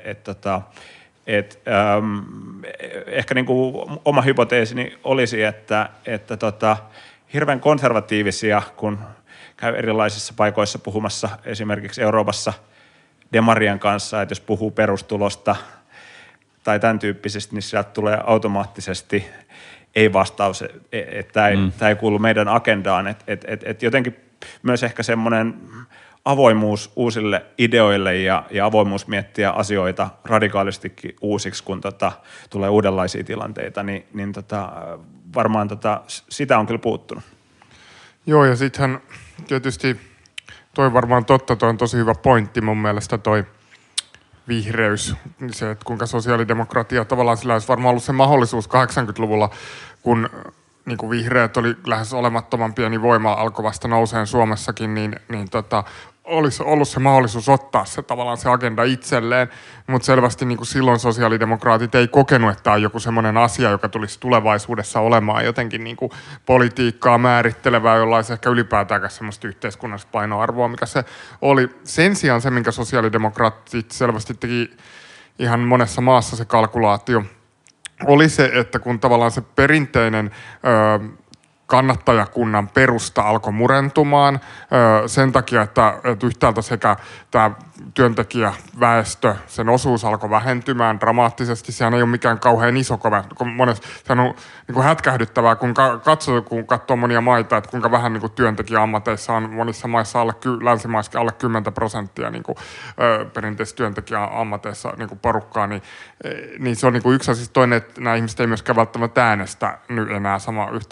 ehkä niin kuin oma hypoteesini olisi, että hirveän konservatiivisia, kun käy erilaisissa paikoissa puhumassa esimerkiksi Euroopassa demarien kanssa, että jos puhuu perustulosta tai tämän tyyppisesti, niin sieltä tulee automaattisesti ei-vastaus, että tämä ei kuulu meidän agendaan. Et jotenkin myös ehkä semmoinen avoimuus uusille ideoille ja avoimuus miettiä asioita radikaalistikin uusiksi, kun tulee uudenlaisia tilanteita, niin varmaan sitä on kyllä puuttunut. Joo, ja sittenhän tietysti toi varmaan totta, toi on tosi hyvä pointti mun mielestä toi vihreys, se, että kuinka sosiaalidemokratia tavallaan sillä olisi varmaan ollut se mahdollisuus 80-luvulla, kun niin kuin vihreät oli lähes olemattoman pieni voima, alkoi vasta nouseen Suomessakin, niin olisi ollut se mahdollisuus ottaa se tavallaan se agenda itselleen, mutta selvästi niin kuin silloin sosiaalidemokraatit ei kokenut, että tämä on joku semmoinen asia, joka tulisi tulevaisuudessa olemaan jotenkin niin kuin politiikkaa määrittelevää, jolla olisi ehkä ylipäätäänkään semmoista yhteiskunnallista painoarvoa, mikä se oli. Sen sijaan se, minkä sosiaalidemokraatit selvästi teki ihan monessa maassa se kalkulaatio, oli se, että kun tavallaan se perinteinen kannattajakunnan perusta alkoi murentumaan sen takia, että yhtäältä sekä tämä työntekijäväestö, sen osuus alkoi vähentymään dramaattisesti. Sehän ei ole mikään kauhean iso, sehän on niin kuin hätkähdyttävää, kun katsoo monia maita, että kuinka vähän niin kuin työntekijäammateissa on monissa maissa länsimaissa alle 10% niin kuin perinteisissä työntekijäammateissa niin kuin porukkaa, niin se on niin kuin yksi asia. Toinen, että nämä ihmiset ei myöskään välttämättä äänestä nyt enää yhtä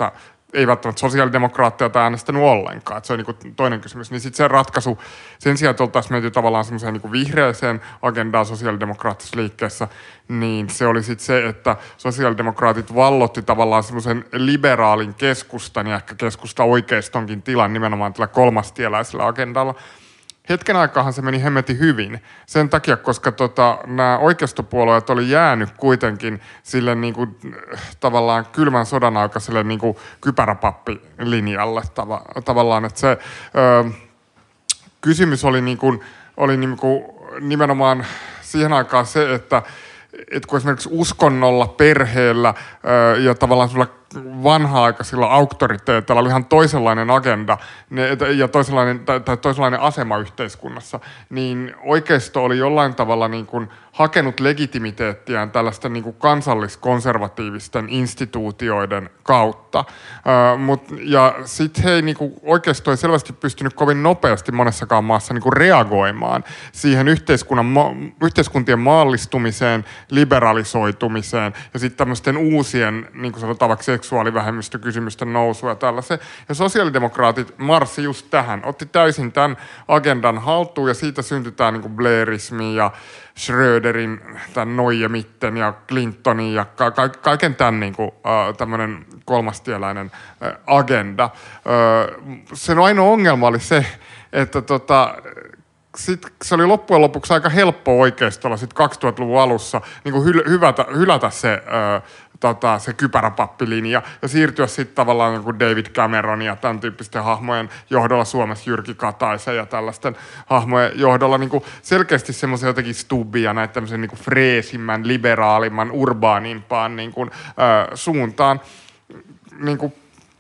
ei välttämättä sosiaalidemokraatteja tai äänestänyt ollenkaan. Että se on niin kuin toinen kysymys. Niin sitten se ratkaisu, sen sijaan, että oltaisiin menty tavallaan semmoiseen niin kuin vihreäseen agendaan sosiaalidemokraattisessa liikkeessä, niin se oli sitten se, että sosiaalidemokraatit vallotti tavallaan semmoisen liberaalin keskustan ja ehkä keskusta oikeistonkin tilan nimenomaan tällä kolmastieläisellä agendalla. Hetken aikaahan se meni hemmetin hyvin sen takia, koska nämä oikeistopuolueet oli jäänyt kuitenkin sille niinku, tavallaan kylmän sodan aikaiselle niinku, kypäräpappilinjalle tavallaan, että se kysymys oli nimenomaan siihen aikaan se, että kun esimerkiksi uskonnolla, perheellä ja tavallaan sulla vanha-aikaisilla auktoriteeteilla oli ihan toisenlainen agenda ja toisenlainen asema yhteiskunnassa, niin oikeisto oli jollain tavalla niin kuin hakenut legitimiteettiään tällaisten niin kuin kansalliskonservatiivisten instituutioiden kautta. Ja sitten niin oikeisto ei selvästi pystynyt kovin nopeasti monessakaan maassa niin kuin reagoimaan siihen yhteiskuntien maallistumiseen, liberalisoitumiseen ja sitten tämmöisten uusien, niin kuin sanotaan vaikka seksuaalivähemmistökysymysten nousua ja tällaisen. Ja sosiaalidemokraatit marssi just tähän, otti täysin tämän agendan haltuun ja siitä syntyi tämä niin kuin blairismi ja Schröderin, tämän Noijemitten ja Clintonin ja kaiken tämän niin kuin, tämmöinen kolmastieläinen agenda. Sen ainoa ongelma oli se, että sitten se oli loppujen lopuksi aika helppo oikeistolla sitten 2000-luvun alussa niin kuin hylätä se kypäräpappilinja ja siirtyä sitten tavallaan niin kuin David Cameron ja tämän tyyppisten hahmojen johdolla Suomessa Jyrki Kataisen ja tällaisten hahmojen johdolla niin kuin selkeästi semmoisen jotenkin Stubbia näitä tämmöisen niin kuin freesimmän, liberaalimman, urbaanimpaan niin kuin, suuntaan niin kuin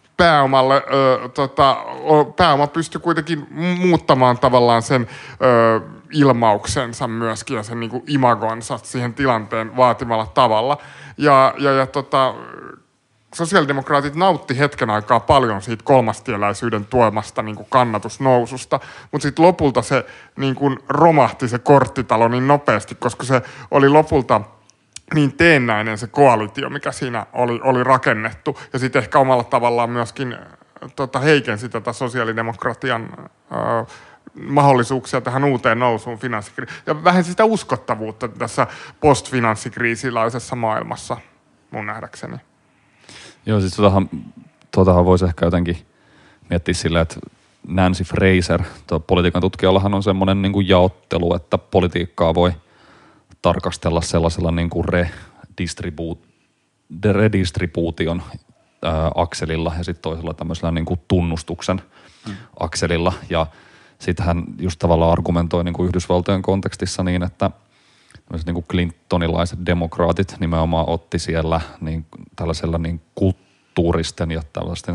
pääoma pystyi kuitenkin muuttamaan tavallaan sen ilmauksensa myöskin ja sen niin kuin imagonsa siihen tilanteen vaatimalla tavalla. Sosiaalidemokraatit nautti hetken aikaa paljon siitä kolmastieläisyyden tuomasta niin kuin kannatusnoususta, mutta sitten lopulta se niin kuin romahti se korttitalo niin nopeasti, koska se oli lopulta niin teennäinen se koalitio, mikä siinä oli rakennettu. Ja sitten ehkä omalla tavallaan myöskin heikensi tätä sosiaalidemokratian mahdollisuuksia tähän uuteen nousuun finanssikriisiin. Ja vähensi sitä uskottavuutta tässä post-finanssikriisilaisessa maailmassa, mun nähdäkseni. Joo, siis tuotahan voisi ehkä jotenkin miettiä sillä, että Nancy Fraser, politiikan tutkijallahan on semmoinen niin kuin jaottelu, että politiikkaa voi tarkastella sellaisella niin kuin redistribuution akselilla ja sitten toisella tämmöisellä niin kuin tunnustuksen akselilla. Ja sitten hän just tavallaan argumentoi niin kuin Yhdysvaltojen kontekstissa niin, että niin kuin Clintonilaiset demokraatit nimenomaan otti siellä niin, tällaisella niin kulttuuristen ja tällaisten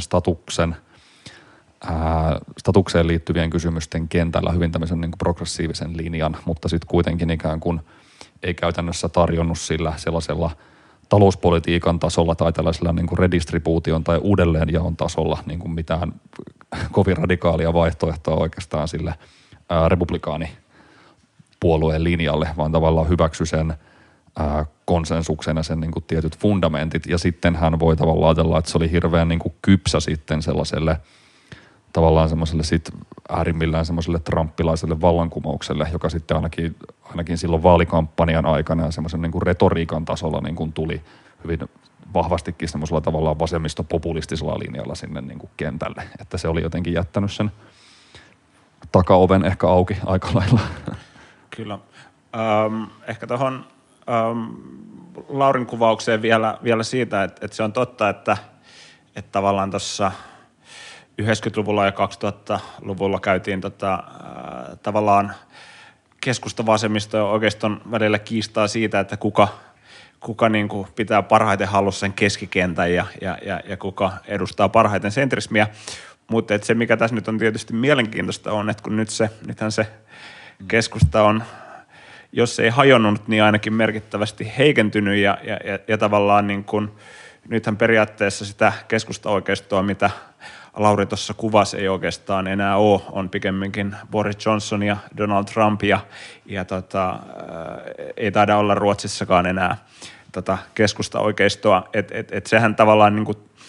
statukseen liittyvien kysymysten kentällä hyvin tämmöisen niin kuin progressiivisen linjan, mutta sitten kuitenkin ikään kuin ei käytännössä tarjonnut sillä sellaisella talouspolitiikan tasolla tai tällaisella niin kuin redistribuution tai uudelleenjaon tasolla niin kuin mitään kovin radikaalia vaihtoehtoa oikeastaan sille republikaanipuolueen linjalle, vaan tavallaan hyväksy sen konsensuksen ja sen niin kuin tietyt fundamentit. Ja sitten hän voi tavallaan ajatella, että se oli hirveän niin kuin kypsä sitten sellaiselle tavallaan semmoiselle sit äärimmillään semmoiselle trumpilaiselle vallankumoukselle, joka sitten ainakin silloin vaalikampanjan aikana ja semmoisen niin kuin retoriikan tasolla niin kuin tuli hyvin vahvastikin semmoisella tavallaan vasemmistopopulistisella linjalla sinne niin kuin kentälle. Että se oli jotenkin jättänyt sen takaoven ehkä auki aika lailla. Kyllä. Ehkä tuohon Laurin kuvaukseen vielä siitä, että se on totta, että tavallaan tuossa 90-luvulla ja 2000-luvulla käytiin tavallaan keskusta-vasemmisto ja oikeiston välillä kiistaa siitä, että kuka niin kuin pitää parhaiten hallussa sen keskikentän ja kuka edustaa parhaiten sentrismiä. Mutta se, mikä tässä nyt on tietysti mielenkiintoista on, että kun nythän se keskusta on, jos ei hajonnut, niin ainakin merkittävästi heikentynyt ja tavallaan niin kuin, nythän periaatteessa sitä keskusta-oikeistoa, mitä Lauri tuossa kuvasi, ei oikeastaan enää ole, on pikemminkin Boris Johnson ja Donald Trump ja ei taida olla Ruotsissakaan enää keskusta-oikeistoa. Et sehän tavallaan niin kuin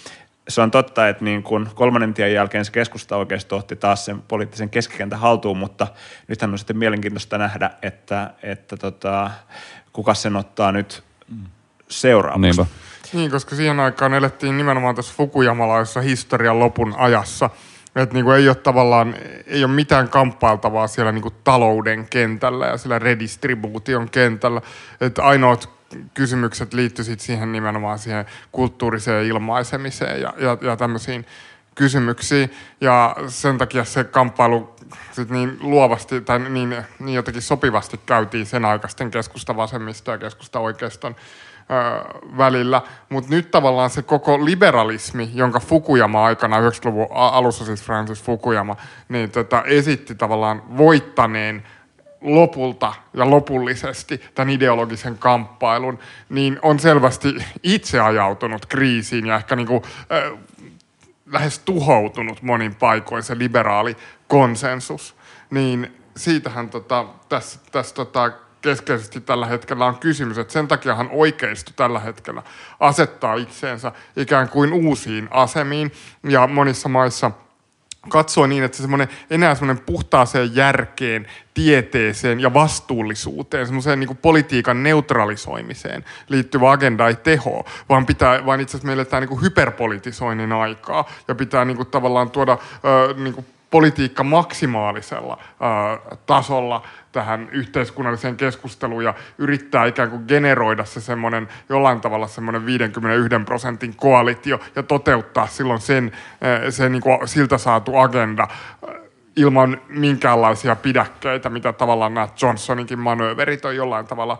se on totta, että niin kun kolmannen tien jälkeen se keskustaoikeisto otti taas sen poliittisen keskikentän haltuun, mutta nythän on sitten mielenkiintoista nähdä, että kuka sen ottaa nyt seuraavaksi. Niinpä. Niin, koska siihen aikaan elettiin nimenomaan tässä Fukuyamalaisessa historian lopun ajassa. Että niinku ei ole mitään kamppailtavaa siellä niinku talouden kentällä ja siellä redistribuution kentällä. Että ainoat kysymykset liittyivät siihen nimenomaan siihen kulttuuriseen ilmaisemiseen ja tämmöisiin kysymyksiin. Ja sen takia se kamppailu sit niin luovasti tai niin jotenkin sopivasti käytiin sen aikaisten keskusta-vasemmista ja keskusta-oikeiston välillä, mutta nyt tavallaan se koko liberalismi, jonka Fukuyama aikana 90-luvun alussa, siis Francis Fukuyama, niin esitti tavallaan voittaneen lopulta ja lopullisesti tämän ideologisen kamppailun, niin on selvästi itse ajautunut kriisiin ja ehkä niinku, lähes tuhoutunut monin paikoin se liberaali konsensus. Niin siitähän tässä keskeisesti tällä hetkellä on kysymys, että sen takiahan oikeisto tällä hetkellä asettaa itseensä ikään kuin uusiin asemiin ja monissa maissa katsoo niin, että se enää semmoinen puhtaaseen järkeen, tieteeseen ja vastuullisuuteen, semmoiseen niin kuin politiikan neutralisoimiseen liittyvä agenda ei teho, vaan itse asiassa meillä tämä niin kuin hyperpolitisoinnin aikaa ja pitää niin kuin tavallaan tuoda niin kuin politiikka maksimaalisella tasolla tähän yhteiskunnalliseen keskusteluun ja yrittää ikään kuin generoida se semmoinen jollain tavalla semmoinen 51% koalitio ja toteuttaa silloin se niin kuin siltä saatu agenda ilman minkäänlaisia pidäkkeitä, mitä tavallaan nämä Johnsoninkin manööverit on jollain tavalla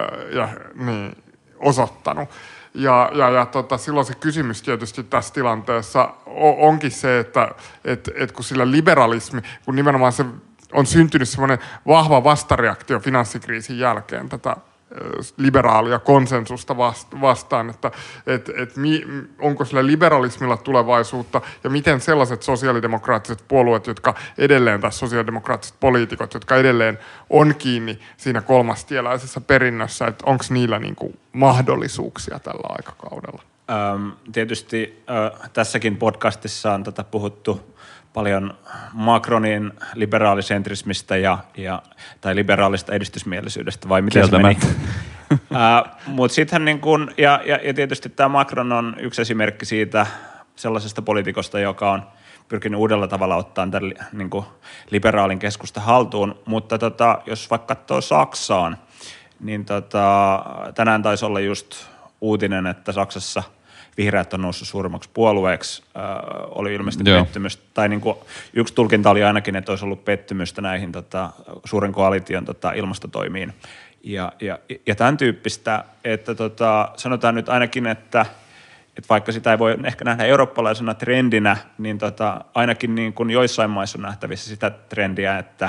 osoittanut. Ja silloin se kysymys tietysti tässä tilanteessa onkin se, että kun sillä liberalismi, kun nimenomaan se on syntynyt semmoinen vahva vastareaktio finanssikriisin jälkeen tätä liberaalia konsensusta vastaan, että onko sillä liberalismilla tulevaisuutta ja miten sellaiset sosiaalidemokraattiset puolueet, jotka edelleen, tai sosiaalidemokraattiset poliitikot, jotka edelleen on kiinni siinä kolmastieläisessä perinnössä, että onko niillä niinku mahdollisuuksia tällä aikakaudella? Tietysti tässäkin podcastissa on puhuttu paljon Macronin liberaalisentrismistä tai liberaalista edistysmielisyydestä, vai miten se meni? Mutta sittenhän niin kun, ja tietysti tämä Macron on yksi esimerkki siitä sellaisesta poliitikosta, joka on pyrkinyt uudella tavalla ottaa tämän niin kuin liberaalin keskusta haltuun, mutta jos vaikka katsoo Saksaan, niin tänään taisi olla just uutinen, että Saksassa vihreät on noussut suurimmaksi puolueeksi, oli ilmeisesti pettymys, tai niin kuin yksi tulkinta oli ainakin, että olisi ollut pettymystä näihin suuren koalition ilmastotoimiin ja tämän tyyppistä, että sanotaan nyt ainakin, että vaikka sitä ei voi ehkä nähdä eurooppalaisena trendinä, niin ainakin niin kuin joissain maissa on nähtävissä sitä trendiä, että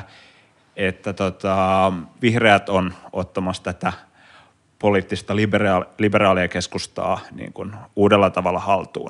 vihreät on ottamassa tätä poliittista liberaalia keskustaa niin kuin uudella tavalla haltuun.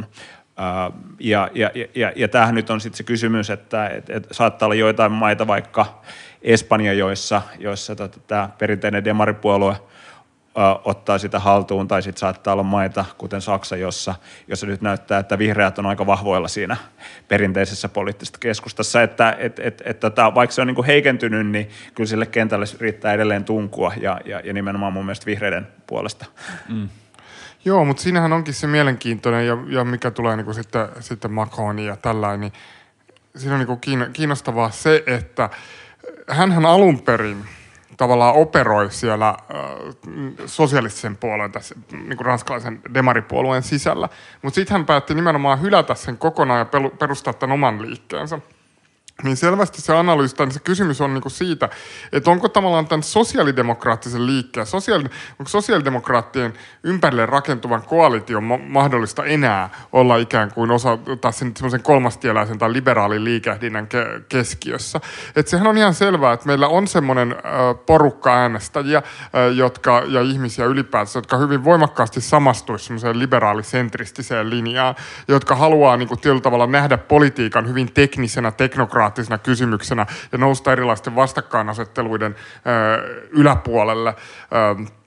Ja tämähän nyt on sitten se kysymys, että saattaa olla joitain maita, vaikka Espanja, joissa tämä perinteinen demaripuolue ottaa sitä haltuun, tai sitten saattaa olla maita, kuten Saksa, jossa nyt näyttää, että vihreät on aika vahvoilla siinä perinteisessä poliittisessa keskustassa, että vaikka se on niin kuin heikentynyt, niin kyllä sille kentälle riittää edelleen tunkua, ja nimenomaan mun mielestä vihreiden puolesta. Mm. Joo, mutta siinähän onkin se mielenkiintoinen, ja mikä tulee niin kuin sitten Macroniin ja tällainen, niin siinä on niin kuin kiinnostavaa se, että hänhän alun perin tavallaan operoi siellä sosialistisen puolueen, tässä niin kuin ranskalaisen demaripuolueen sisällä. Mutta sitten hän päätti nimenomaan hylätä sen kokonaan ja perustaa tämän oman liikkeensä. Niin selvästi se analyysi, tai se kysymys on niinku siitä, että onko tavallaan tämän sosiaalidemokraattisen liikkeen, onko sosiaalidemokraattien ympärille rakentuvan koalition mahdollista enää olla ikään kuin osa taas semmoisen kolmastieläisen tai liberaalin liikehdinnän keskiössä. Että sehän on ihan selvää, että meillä on semmoinen porukka äänestäjiä ja ihmisiä ylipäätään, jotka hyvin voimakkaasti samastuisi semmoiseen liberaalisentristiseen linjaan, jotka haluaa niinku tietyllä tavalla nähdä politiikan hyvin teknisenä, teknokraattisena kysymyksenä ja nousta erilaisten vastakkainasetteluiden yläpuolelle.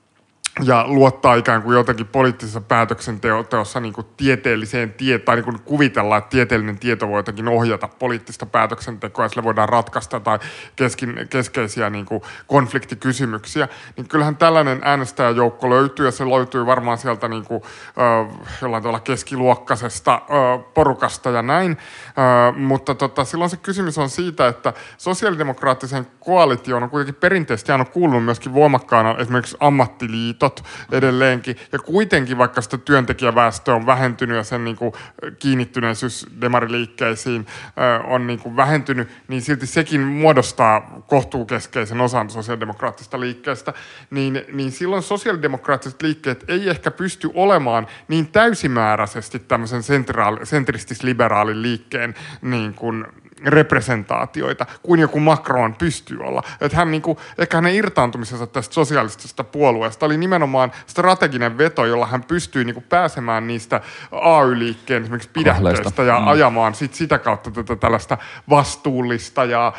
ja luottaa ikään kuin jotenkin poliittisessa päätöksenteossa niin kuin tieteelliseen tai niin kuin kuvitellaan, että tieteellinen tieto voi jotenkin ohjata poliittista päätöksentekoa ja sillä voidaan ratkaista tai keskeisiä niin kuin konfliktikysymyksiä, niin kyllähän tällainen äänestäjäjoukko löytyy ja se löytyy varmaan sieltä niin kuin, jollain tavalla keskiluokkaisesta porukasta ja näin, mutta silloin se kysymys on siitä, että sosiaalidemokraattisen koalitioon on kuitenkin perinteisesti aina kuulunut myöskin voimakkaana esimerkiksi ammattiliitot edelleenkin, ja kuitenkin vaikka sitä työntekijäväestö on vähentynyt ja sen niin kuin kiinnittyneisyys demariliikkeisiin on niin kuin vähentynyt, niin silti sekin muodostaa kohtuukeskeisen osan sosiaalidemokraattisesta liikkeestä, niin silloin sosiaalidemokraattiset liikkeet ei ehkä pysty olemaan niin täysimääräisesti tämmöisen sentristis-liberaalin liikkeen niin kuin representaatioita, kuin joku Macron pystyy olla. Että hän niinku, ehkä hänen irtaantumisensa tästä sosialistisesta puolueesta oli nimenomaan strateginen veto, jolla hän pystyi niinku pääsemään niistä AY-liikkeen esimerkiksi pidäkkeistä ja ajamaan sitä kautta tätä tällaista vastuullista ja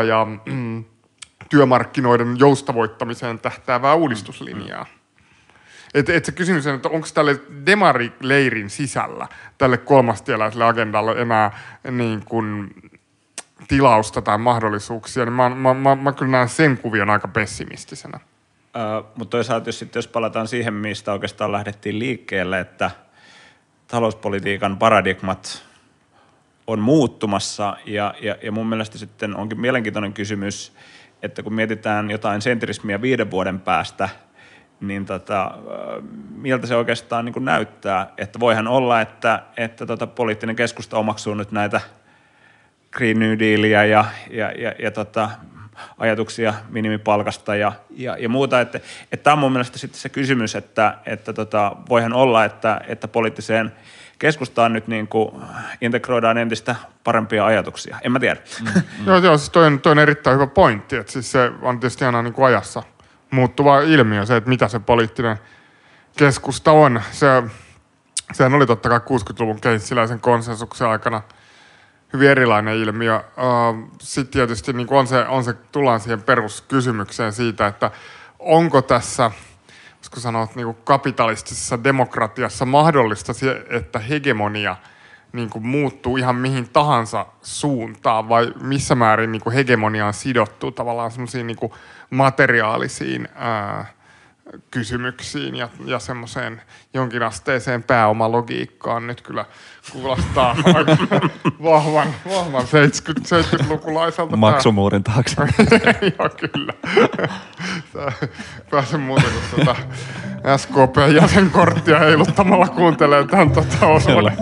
työmarkkinoiden joustavoittamiseen tähtäävää uudistuslinjaa. Et se kysymys on, että onko tälle demarileirin sisällä, tälle kolmastieläiselle agendalle enää niin kuin tilausta tai mahdollisuuksia, niin mä kyllä näen sen kuvion aika pessimistisenä. Mutta toisaalta jos palataan siihen, mistä oikeastaan lähdettiin liikkeelle, että talouspolitiikan paradigmat on muuttumassa ja mun mielestä sitten onkin mielenkiintoinen kysymys, että kun mietitään jotain sentrismiä 5 vuoden päästä, niin miltä se oikeastaan niin kuin näyttää, että voihan olla, että poliittinen keskusta omaksuu nyt näitä Green New Dealia ja ajatuksia minimipalkasta ja muuta, että tämä on mun mielestä sitten se kysymys, että voihan olla, että poliittiseen keskustaan nyt niin kuin integroidaan entistä parempia ajatuksia. En mä tiedä. Joo, siis toi on erittäin hyvä pointti, että siis se on tietysti aina niin kuin ajassa muuttuva ilmiö, se, että mitä se poliittinen keskusta on. Sehän oli totta kai 60-luvun keynesiläisen konsensuksen aikana hyvin erilainen ilmiö. Sitten tietysti niin tullaan siihen peruskysymykseen siitä, että onko tässä, voisiko sanoa, niin kuin kapitalistisessa demokratiassa mahdollista se, että hegemonia niin kuin muuttuu ihan mihin tahansa suuntaan, vai missä määrin niin kuin hegemonia on sidottu tavallaan semmoisiin niin kuin materiaalisiin kysymyksiin ja semmoiseen jonkinasteiseen pääomalogiikkaan. Nyt kyllä kuulostaa aika vahvan 70-lukulaiselta. Maksumuurin taakse. Joo, kyllä. Pääsen muuta kuin SKP-jäsenkorttia heiluttamalla kuuntelee tämän osuuden.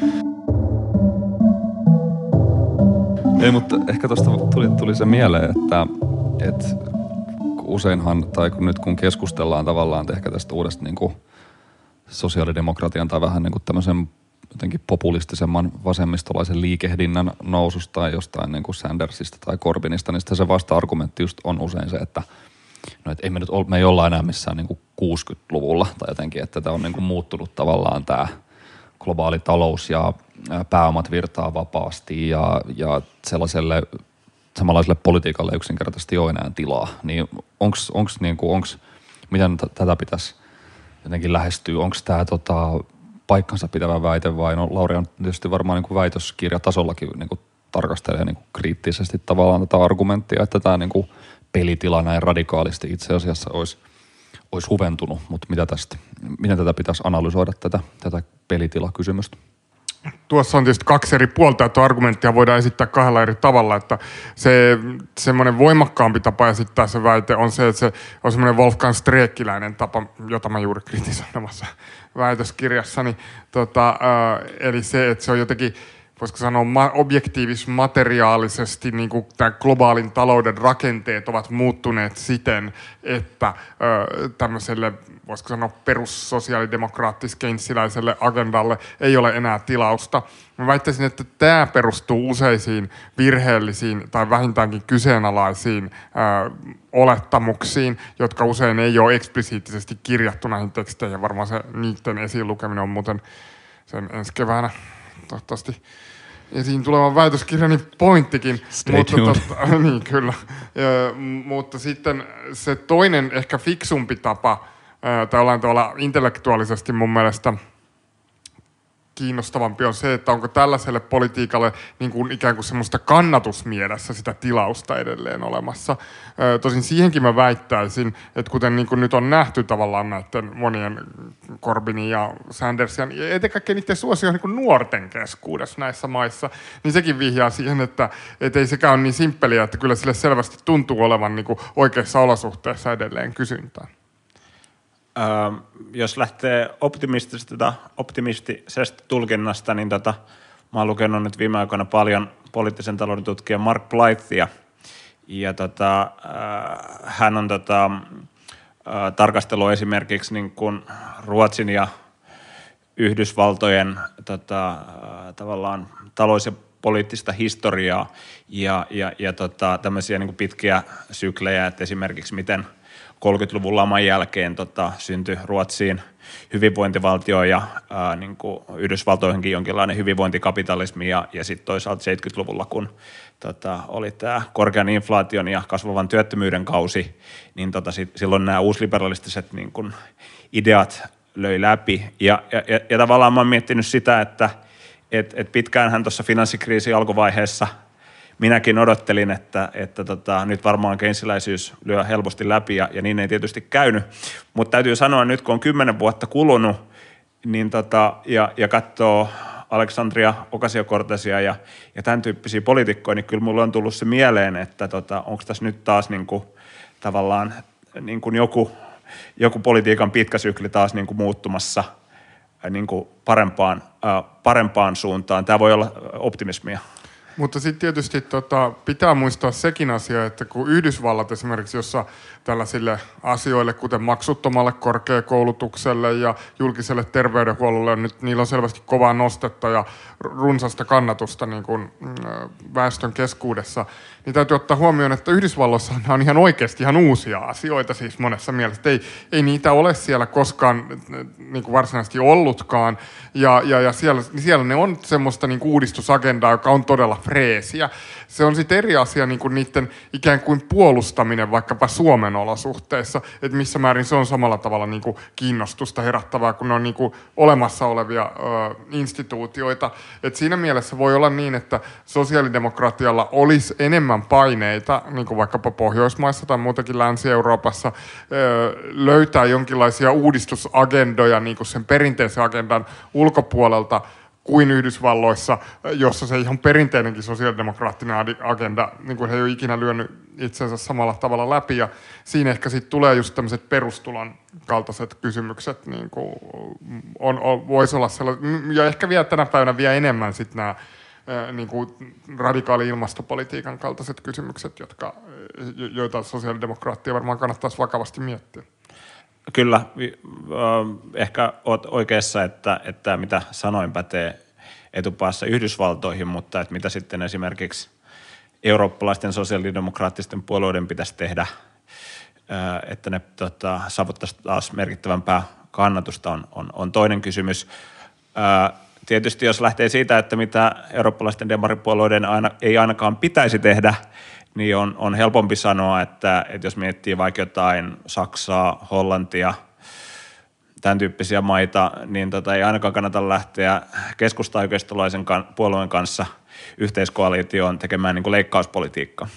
Ei, mutta ehkä tuosta tuli se mieleen, että useinhan, tai kun keskustellaan tavallaan ehkä tästä uudesta niin kuin sosiaalidemokratian tai vähän niin kuin tämmöisen jotenkin populistisemman vasemmistolaisen liikehdinnän noususta tai jostain niin kuin Sandersista tai Corbynista, niin se vasta-argumentti just on usein se, että no, et me ei olla enää missään niin kuin 60-luvulla tai jotenkin, että tämä on niin kuin muuttunut tavallaan tämä globaali talous ja pääomat virtaa vapaasti ja samanlaiselle politiikalle yksinkertaisesti ei ole enää tilaa. Niin miten tätä pitäisi jotenkin lähestyä? Onko tämä paikkansa pitävä väite vai no Lauri on tietysti varmaan niin kuin väitöskirjatasollakin niin kuin tarkastelee niin kuin kriittisesti tavallaan tätä argumenttia, että tämä niin kuin pelitila näin radikaalisti itse asiassa olisi huventunut, mutta miten tätä pitäisi analysoida tätä pelitilakysymystä? Tuossa on tietysti 2 eri puolta, että argumenttia voidaan esittää 2 eri tavalla, että se semmoinen voimakkaampi tapa esittää se väite on se, että se on semmoinen Wolfgang Streeckiläinen tapa, jota mä juuri kritisoin omassa väitöskirjassani, eli se, että se on jotenkin, voisiko sanoa objektiivis-materiaalisesti niin kuin tämän globaalin talouden rakenteet ovat muuttuneet siten, että tämmöiselle, voisiko sanoa perussosiaalidemokraattis-keynesiläiselle agendalle ei ole enää tilausta. Mä väittäisin, että tämä perustuu useisiin virheellisiin tai vähintäänkin kyseenalaisiin olettamuksiin, jotka usein ei ole eksplisiittisesti kirjattu näihin teksteihin. Varmaan se niiden esiin lukeminen on muuten sen ensi keväänä toivottavasti esiin tulevan väitöskirjani pointtikin. Niin, kyllä. Mutta sitten se toinen ehkä fiksumpi tapa tai jollain tavalla intellektuaalisesti mun mielestä kiinnostavampi on se, että onko tällaiselle politiikalle niin kuin ikään kuin semmoista kannatusmielessä sitä tilausta edelleen olemassa. Tosin siihenkin mä väittäisin, että kuten niin kuin nyt on nähty tavallaan näiden monien Corbynin ja Sandersin, ja ennen kaikkea niiden suosio niin kuin nuorten keskuudessa näissä maissa, niin sekin vihjaa siihen, että ei sekään ole niin simppeliä, että kyllä sille selvästi tuntuu olevan niin kuin oikeissa olosuhteissa edelleen kysyntää. Jos lähtee optimistisesta tulkinnasta, niin mä oon lukenut nyt viime aikoina paljon poliittisen talouden tutkija Mark Blythia, ja hän on tarkastellut esimerkiksi niin kuin Ruotsin ja Yhdysvaltojen tavallaan talous- ja poliittista historiaa ja tämmöisiä niin kuin pitkiä syklejä, että esimerkiksi miten 30-luvun laman jälkeen syntyi Ruotsiin hyvinvointivaltio ja niin kuin Yhdysvaltoihinkin jonkinlainen hyvinvointikapitalismi ja sitten toisaalta 70-luvulla, kun oli tämä korkean inflaation ja kasvavan työttömyyden kausi, niin silloin nämä uusliberalistiset niin kuin ideat löi läpi. Ja tavallaan mä oon miettinyt sitä, että pitkäänhän tuossa finanssikriisin alkuvaiheessa minäkin odottelin, että nyt varmaan keynesiläisyys lyö helposti läpi ja niin ei tietysti käynyt, mutta täytyy sanoa nyt kun on 10 vuotta kulunut niin ja katsoo Alexandria Ocasio-Cortezia ja tämän tyyppisiä poliitikkoja, niin kyllä mulle on tullut se mieleen, että onko tässä nyt taas niinku, tavallaan niinku joku politiikan pitkä sykli taas niinku muuttumassa niinku parempaan suuntaan. Tämä voi olla optimismia. Mutta sitten tietysti pitää muistaa sekin asia, että kun Yhdysvallat esimerkiksi, jossa tällaisille asioille, kuten maksuttomalle korkeakoulutukselle ja julkiselle terveydenhuollolle, nyt niillä on selvästi kovaa nostetta ja runsasta kannatusta niin kuin väestön keskuudessa, niin täytyy ottaa huomioon, että Yhdysvalloissa on ihan oikeasti ihan uusia asioita siis monessa mielessä. Ei niitä ole siellä koskaan niin kuin varsinaisesti ollutkaan, ja siellä ne on semmoista niin kuin uudistusagendaa, joka on todella freesiä. Se on sitten eri asia niin kuin niiden ikään kuin puolustaminen vaikkapa Suomen olosuhteissa, että missä määrin se on samalla tavalla niin kuin kiinnostusta herättävää, kun ne on niin kuin olemassa olevia instituutioita. Et siinä mielessä voi olla niin, että sosiaalidemokratialla olisi enemmän paineita, niin kuin vaikkapa Pohjoismaissa tai muutakin Länsi-Euroopassa, löytää jonkinlaisia uudistusagendoja niin kuin sen perinteisen agendan ulkopuolelta, kuin Yhdysvalloissa, jossa se ihan perinteinenkin sosiaalidemokraattinen agenda, niin kuin he ei ole ikinä lyönyt itsensä samalla tavalla läpi, ja siinä ehkä sitten tulee just tämmöiset perustulon kaltaiset kysymykset, niin kuin voisi olla sellainen, ja ehkä vielä tänä päivänä vielä enemmän sitten nämä niin kuin radikaali ilmastopolitiikan kaltaiset kysymykset, joita sosiaalidemokraattia varmaan kannattaisi vakavasti miettiä. Kyllä, ehkä olet oikeassa, että mitä sanoin pätee etupäässä Yhdysvaltoihin, mutta että mitä sitten esimerkiksi eurooppalaisten sosiaalidemokraattisten puolueiden pitäisi tehdä, että ne saavuttaisiin taas merkittävämpää kannatusta on toinen kysymys. Tietysti jos lähtee siitä, että mitä eurooppalaisten demaripuolueiden ei ainakaan pitäisi tehdä, niin on helpompi sanoa, että jos miettii vaikka jotain Saksaa, Hollantia, tämän tyyppisiä maita, niin ei ainakaan kannata lähteä keskusta-oikeistolaisen puolueen kanssa yhteiskoalitioon tekemään niin kuin leikkauspolitiikkaa.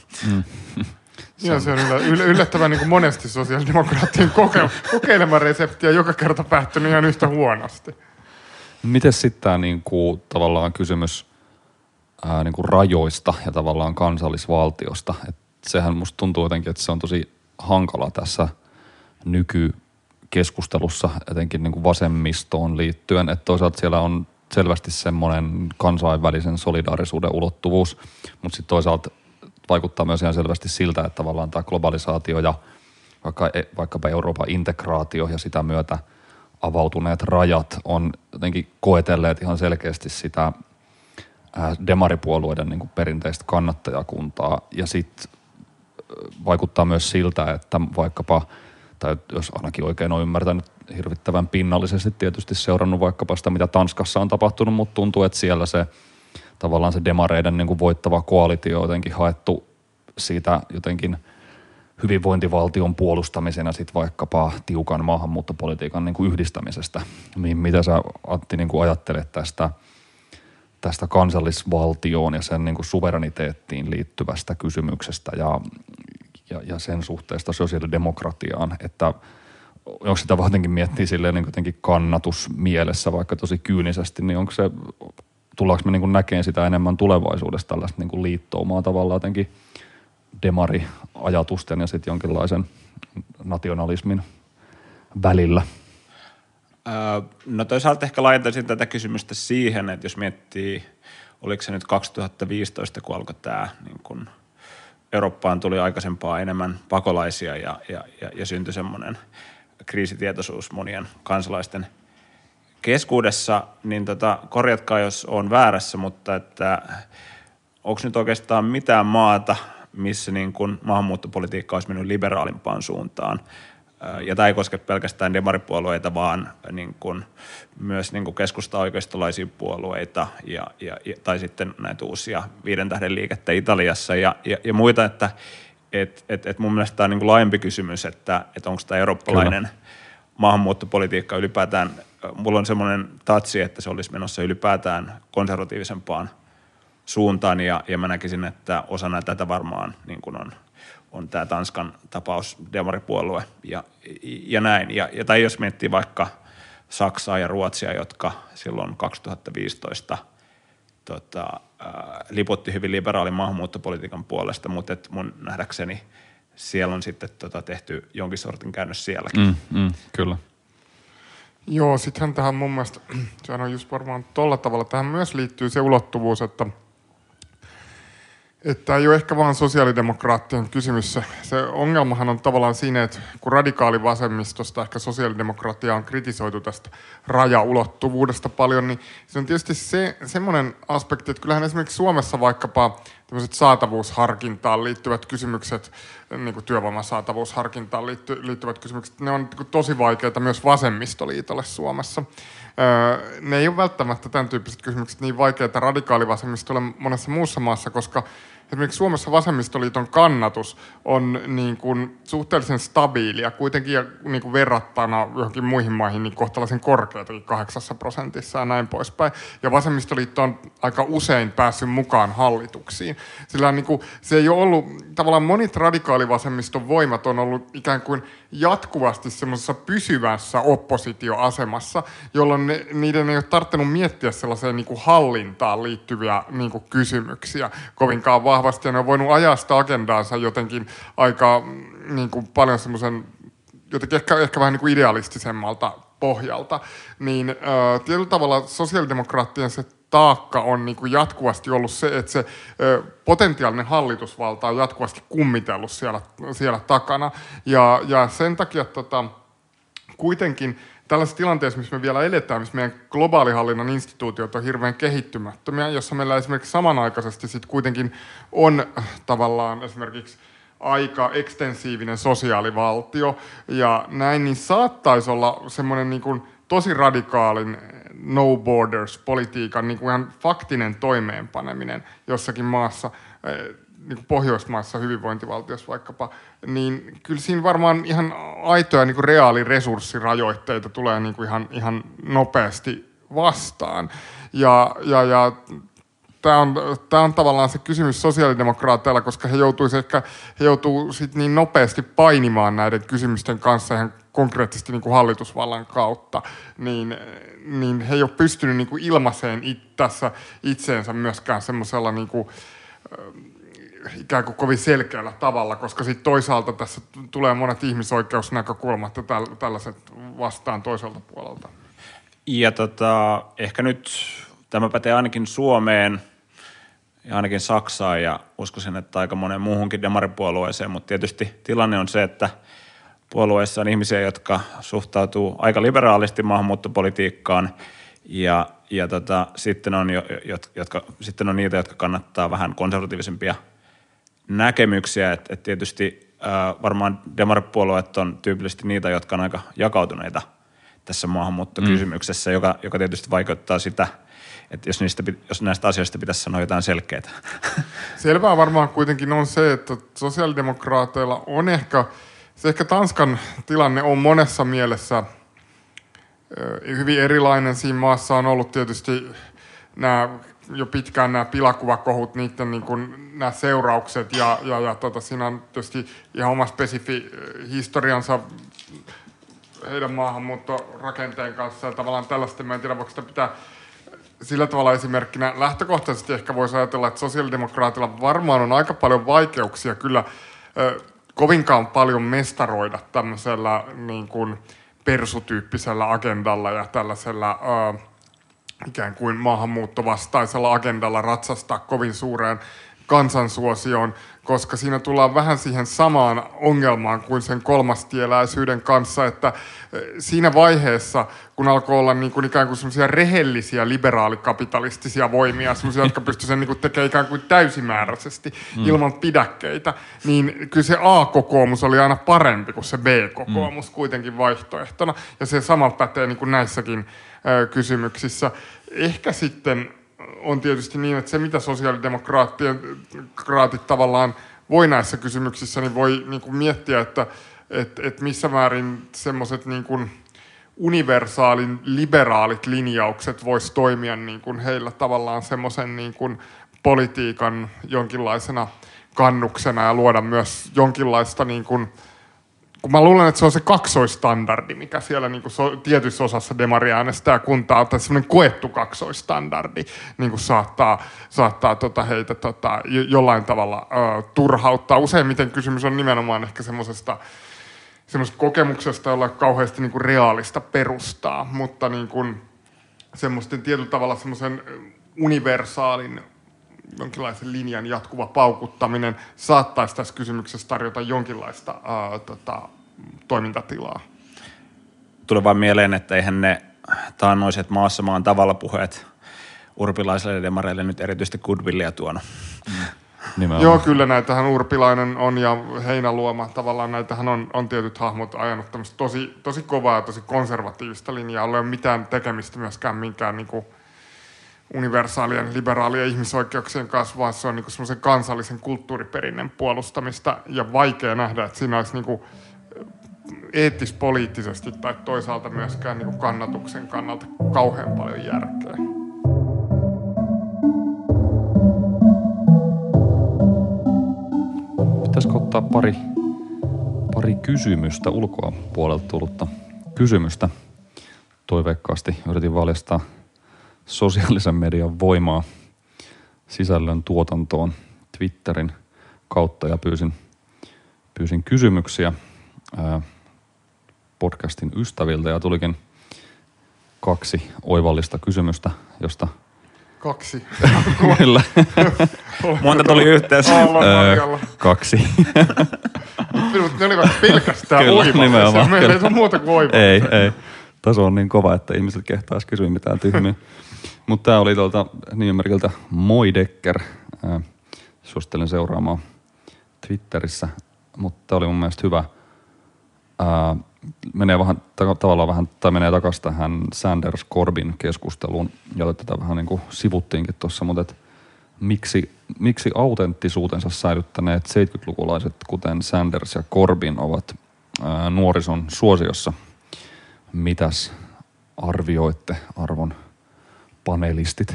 Ja se on yllättävän niin kuin monesti sosiaalidemokraattien kokeilema reseptiä joka kerta päättynyt ihan yhtä huonosti. Miten sitten tämä niinku, tavallaan kysymys niinku rajoista ja tavallaan kansallisvaltiosta? Et sehän musta tuntuu jotenkin, että se on tosi hankala tässä nykykeskustelussa, etenkin niinku vasemmistoon liittyen. Että toisaalta siellä on selvästi semmoinen kansainvälisen solidaarisuuden ulottuvuus, mutta sitten toisaalta vaikuttaa myös ihan selvästi siltä, että tavallaan tämä globalisaatio ja vaikkapa Euroopan integraatio ja sitä myötä avautuneet rajat on jotenkin koetelleet ihan selkeästi sitä demaripuolueiden niin kuin perinteistä kannattajakuntaa. Ja sitten vaikuttaa myös siltä, että vaikkapa, tai jos ainakin oikein on ymmärtänyt hirvittävän pinnallisesti tietysti seurannut vaikkapa sitä, mitä Tanskassa on tapahtunut, mutta tuntuu, että siellä se tavallaan se demareiden niin kuin voittava koalitio on jotenkin haettu siitä jotenkin hyvinvointivaltion puolustamisen ja sitten vaikkapa tiukan maahanmuuttopolitiikan niin kuin yhdistämisestä. Mitä sä, Antti, niin kuin ajattelet tästä kansallisvaltioon ja sen niin kuin suvereniteettiin liittyvästä kysymyksestä ja sen suhteesta sosiaalidemokratiaan, että jos sitä jotenkin miettii silleen niin jotenkin kannatusmielessä, vaikka tosi kyynisesti, niin tullaanko me niin kuin näkemään sitä enemmän tulevaisuudessa tällaista niin kuin liittoumaa tavallaan jotenkin demari-ajatusten ja sitten jonkinlaisen nationalismin välillä? No toisaalta ehkä laajentaisin tätä kysymystä siihen, että jos miettii, oliko se nyt 2015, kun alkoi tämä, niin kun Eurooppaan tuli aikaisempaa enemmän pakolaisia ja syntyi semmoinen kriisitietoisuus monien kansalaisten keskuudessa, niin korjatkaa, jos olen väärässä, mutta että onko nyt oikeastaan mitään maata, missä niin kun maahanmuuttopolitiikka olisi mennyt liberaalimpaan suuntaan? Ja tämä ei koske pelkästään demaripuolueita, vaan niin kuin myös niin kuin keskusta-oikeistolaisia puolueita tai sitten näitä uusia 5 tähden liikettä Italiassa ja muita, että mun mielestä tämä on niin kuin laajempi kysymys, että onko tämä eurooppalainen maahanmuuttopolitiikka ylipäätään, mulla on semmoinen tatsi, että se olisi menossa ylipäätään konservatiivisempaan suuntaan ja mä näkisin, että osana tätä varmaan niin kuin on tämä Tanskan tapaus, demaripuolue ja näin. Tai jos miettii vaikka Saksaa ja Ruotsia, jotka silloin 2015 liputti hyvin liberaalin maahanmuuttopolitiikan puolesta, mutta mun nähdäkseni siellä on sitten tehty jonkin sortin käännös sielläkin. Kyllä. Joo, sittenhän tähän mun mielestä, sehän on just varmaan tolla tavalla, tähän myös liittyy se ulottuvuus, että ei ole ehkä vaan sosiaalidemokraattien kysymys. Se ongelmahan on tavallaan siinä, että kun radikaalivasemmistosta ehkä sosiaalidemokratia on kritisoitu tästä rajaulottuvuudesta paljon, niin se on tietysti semmoinen aspekti, että kyllähän esimerkiksi Suomessa vaikkapa tämmöiset saatavuusharkintaan liittyvät kysymykset, niin kuin työvoiman saatavuusharkintaan liittyvät kysymykset, ne on tosi vaikeita myös vasemmistoliitolle Suomessa. Ne ei ole välttämättä tämän tyyppiset kysymykset niin vaikeita radikaalivasemmistolle monessa muussa maassa, koska esimerkiksi Suomessa vasemmistoliiton kannatus on niin kuin suhteellisen stabiilia, kuitenkin niin kuin verrattuna johonkin muihin maihin niin kohtalaisen korkeatakin 8% ja näin poispäin. Ja vasemmistoliitto on aika usein päässyt mukaan hallituksiin. Sillä niin kuin, se ei ole ollut, tavallaan monet radikaalivasemmiston voimat on ollut ikään kuin jatkuvasti semmoisessa pysyvässä oppositioasemassa, jolloin niiden ei ole tarvinnut miettiä sellaiseen niin kuin hallintaan liittyviä niin kuin kysymyksiä kovinkaan vahvasti, ja ne on voinut ajaa sitä agendaansa jotenkin aika niin kuin paljon semmoisen, jotenkin ehkä vähän niin kuin idealistisemmalta pohjalta, niin tietyllä tavalla sosiaalidemokraattien se taakka on niin kuin jatkuvasti ollut se, että se potentiaalinen hallitusvalta on jatkuvasti kummitellut siellä takana. Ja sen takia kuitenkin tällaisessa tilanteessa, missä me vielä eletään, missä meidän globaalihallinnan instituutiot on hirveän kehittymättömiä, jossa meillä esimerkiksi samanaikaisesti sit kuitenkin on tavallaan esimerkiksi aika ekstensiivinen sosiaalivaltio ja näin, niin saattaisi olla semmoinen niin kuin tosi radikaalin no borders-politiikan niin kuin ihan faktinen toimeenpaneminen jossakin maassa, niin kuin Pohjoismaissa hyvinvointivaltiossa vaikkapa, niin kyllä siinä varmaan ihan aitoja niin kuin reaaliresurssirajoitteita tulee niin kuin ihan nopeasti vastaan. Ja tämä on tavallaan se kysymys sosiaalidemokraateilla, koska he joutuu sit niin nopeasti painimaan näiden kysymysten kanssa ihan konkreettisesti niin kuin hallitusvallan kautta, niin he ei ole pystynyt niin kuin ilmaiseen tässä itseensä myöskään semmoisella niin kuin, ikään kuin kovin selkeällä tavalla, koska sitten toisaalta tässä tulee monet ihmisoikeusnäkökulmat ja tällaiset vastaan toiselta puolelta. Ja ehkä nyt tämä pätee ainakin Suomeen ja ainakin Saksaan ja uskoisin, että aika moneen muuhunkin demaripuolueeseen, mutta tietysti tilanne on se, että puolueessa on ihmisiä, jotka suhtautuu aika liberaalisti maahanmuuttopolitiikkaan ja sitten on niitä, jotka kannattaa vähän konservatiivisempia näkemyksiä, että tietysti varmaan demaripuolueet on tyypillisesti niitä, jotka on aika jakautuneita tässä maahanmuuttokysymyksessä, joka tietysti vaikuttaa sitä, että jos näistä asioista pitäisi sanoa jotain selkeää. Selvää varmaan kuitenkin on se, että sosiaalidemokraateilla on ehkä Tanskan tilanne on monessa mielessä hyvin erilainen. Siinä maassa on ollut tietysti jo pitkään nämä pilakuvakohut, niiden niin kuin, nämä seuraukset ja siinä on tietysti ihan oma spesifi historiansa heidän maahanmuuttorakenteen kanssa ja tavallaan tällaista. Mä en tiedä, voiko sitä pitää sillä tavalla esimerkkinä. Lähtökohtaisesti ehkä voisi ajatella, että sosiaalidemokraatilla varmaan on aika paljon vaikeuksia kyllä kovinkaan paljon mestaroida tämmöisellä niin kuin persutyyppisellä agendalla ja tällaisella ikään kuin maahanmuuttovastaisella agendalla ratsastaa kovin suureen kansansuosioon, koska siinä tullaan vähän siihen samaan ongelmaan kuin sen kolmastieläisyyden kanssa, että siinä vaiheessa, kun alkoi olla niin kuin ikään kuin semmoisia rehellisiä liberaalikapitalistisia voimia, semmoisia, jotka pystyivät sen niin kuin tekemään ikään kuin täysimääräisesti ilman pidäkkeitä, niin kyllä se A-kokoomus oli aina parempi kuin se B-kokoomus kuitenkin vaihtoehtona, ja se sama pätee niin kuin näissäkin kysymyksissä. Ehkä sitten on tietysti niin, että se mitä sosiaalidemokraatit tavallaan voi näissä kysymyksissä, niin voi niin kuin miettiä, että missä määrin semmoiset niin kuin universaalin liberaalit linjaukset vois toimia niin kuin heillä tavallaan semmoisen niin kuin politiikan jonkinlaisena kannuksena ja luoda myös jonkinlaista niin kuin, kun mä luulen, että se on se kaksoistandardi, mikä siellä niin kuin tietyissä osassa demaria äänestää kuntaa, tai semmoinen koettu kaksoistandardi niin kuin saattaa heitä jollain tavalla turhauttaa. Useimmiten kysymys on nimenomaan ehkä semmoisesta kokemuksesta, jolla on kauheasti niin kuin reaalista perustaa, mutta niin kuin semmoisten tietyllä tavalla semmoisen universaalin jonkinlaisen linjan jatkuva paukuttaminen saattaisi tässä kysymyksessä tarjota jonkinlaista toimintatilaa. Tulee vaan mieleen, että eihän ne taannoiset maassa maan tavalla puheet urpilaisille demareille nyt erityisesti goodwillia tuonut. Joo, kyllä näitähän Urpilainen on ja Heinäluoma, tavallaan näitähän on tietyt hahmot ajanut tämmöistä tosi kovaa ja tosi konservatiivista linjaa, ei ole mitään tekemistä myöskään minkään niinku universaalien, liberaalien ihmisoikeuksien kanssa, vaan se on niinku semmoisen kansallisen kulttuuriperinnön puolustamista ja vaikea nähdä, että siinä olisi niinku eettis-poliittisesti tai toisaalta myöskään niinku kannatuksen kannalta kauhean paljon järkeä. Pitäisikö ottaa pari kysymystä ulkoa puolelta tullutta kysymystä? Toiveikkaasti yritin valjastaa sosiaalisen median voimaa sisällön tuotantoon Twitterin kautta ja pyysin kysymyksiä podcastin ystäviltä ja tulikin 2 oivallista kysymystä, josta 2. Kyllä. Monta tuli yhteensä? 2. Ne olivat pelkästään oivallisia. Meillä ei ole muuta kuin oivallisia. Ei. Taso on niin kova, että ihmiset kehtaisi kysyä mitään tyhmiä. Mutta tämä oli tuolta nimimerkiltä Moidekker. Suosittelen seuraamaan Twitterissä, mutta tämä oli mun mielestä hyvä. Menee menee takaisin tähän Sanders-Corbyn keskusteluun, ja tätä vähän niin kuin sivuttiinkin tuossa, mutta miksi autenttisuutensa säilyttäneet 70-lukulaiset, kuten Sanders ja Corbyn, ovat nuorison suosiossa? Mitäs arvioitte, arvon panelistit?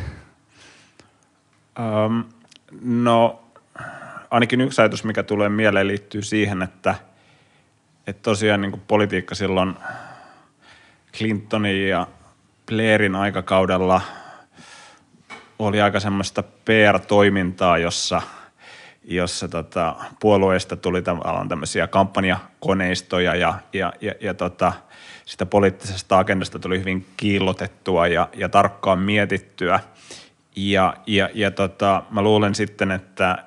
No, ainakin yksi ajatus, mikä tulee mieleen, liittyy siihen, että tosiaan niin kuin politiikka silloin Clintonin ja Blairin aikakaudella oli aika semmoista PR-toimintaa, jossa puolueista tuli tavallaan tämmöisiä kampanjakoneistoja ja sitä poliittisesta agendasta tuli hyvin kiillotettua ja tarkkaan mietittyä. Mä luulen sitten, että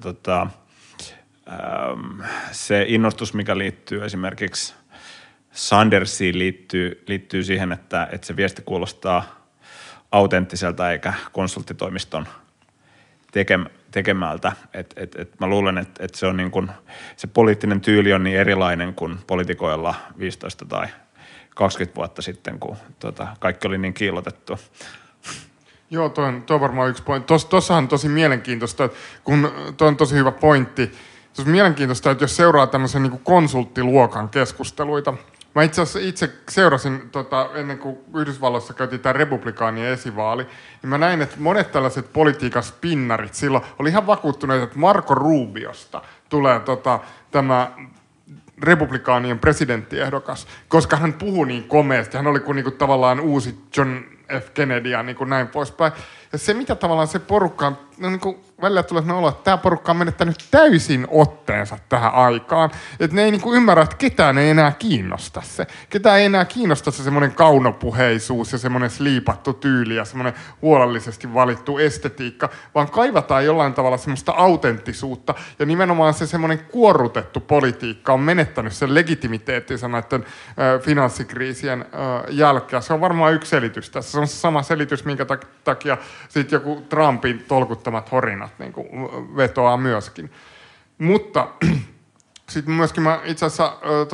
se innostus, mikä liittyy esimerkiksi Sandersiin, liittyy siihen, että se viesti kuulostaa autenttiselta eikä konsulttitoimiston tekemältä. Mä luulen, että se on niin kuin, se poliittinen tyyli on niin erilainen kuin poliitikoilla 15 tai 20 vuotta sitten, kun kaikki oli niin kiillotettu. Joo, toi on varmaan yksi pointti. Tuossahan on tosi mielenkiintoista, että kun toi on tosi hyvä pointti. Se on mielenkiintoista, että jos seuraa tämmöisen niin kuin konsulttiluokan keskusteluita. Mä itse seurasin ennen kuin Yhdysvalloissa käytiin tämä republikaanien esivaali, niin mä näin, että monet tällaiset politiikan spinnarit silloin oli ihan vakuuttuneet, että Marco Rubiosta tulee tämä republikaanien presidenttiehdokas, koska hän puhui niin komeasti. Hän oli kuin niinku tavallaan uusi John F. Kennedy ja niin kuin näin poispäin. Ja se, mitä tavallaan se porukka, no niin kuin välillä tulee sellainen olo, että tämä porukka on menettänyt täysin otteensa tähän aikaan. Että ne ei niin kuin ymmärrä, että ketään ei enää kiinnosta se. Ketään ei enää kiinnosta se semmoinen kaunopuheisuus ja semmoinen sliipattu tyyli ja semmoinen huolellisesti valittu estetiikka, vaan kaivataan jollain tavalla semmoista autenttisuutta. Ja nimenomaan se semmoinen kuorrutettu politiikka on menettänyt sen legitimiteettinsä näiden finanssikriisien jälkeen. Se on varmaan yksi selitys tässä. Se on se sama selitys, minkä takia sitten joku Trumpin tolkuttamat horinat niin kuin vetoaa myöskin. Mutta sitten myöskin mä itse asiassa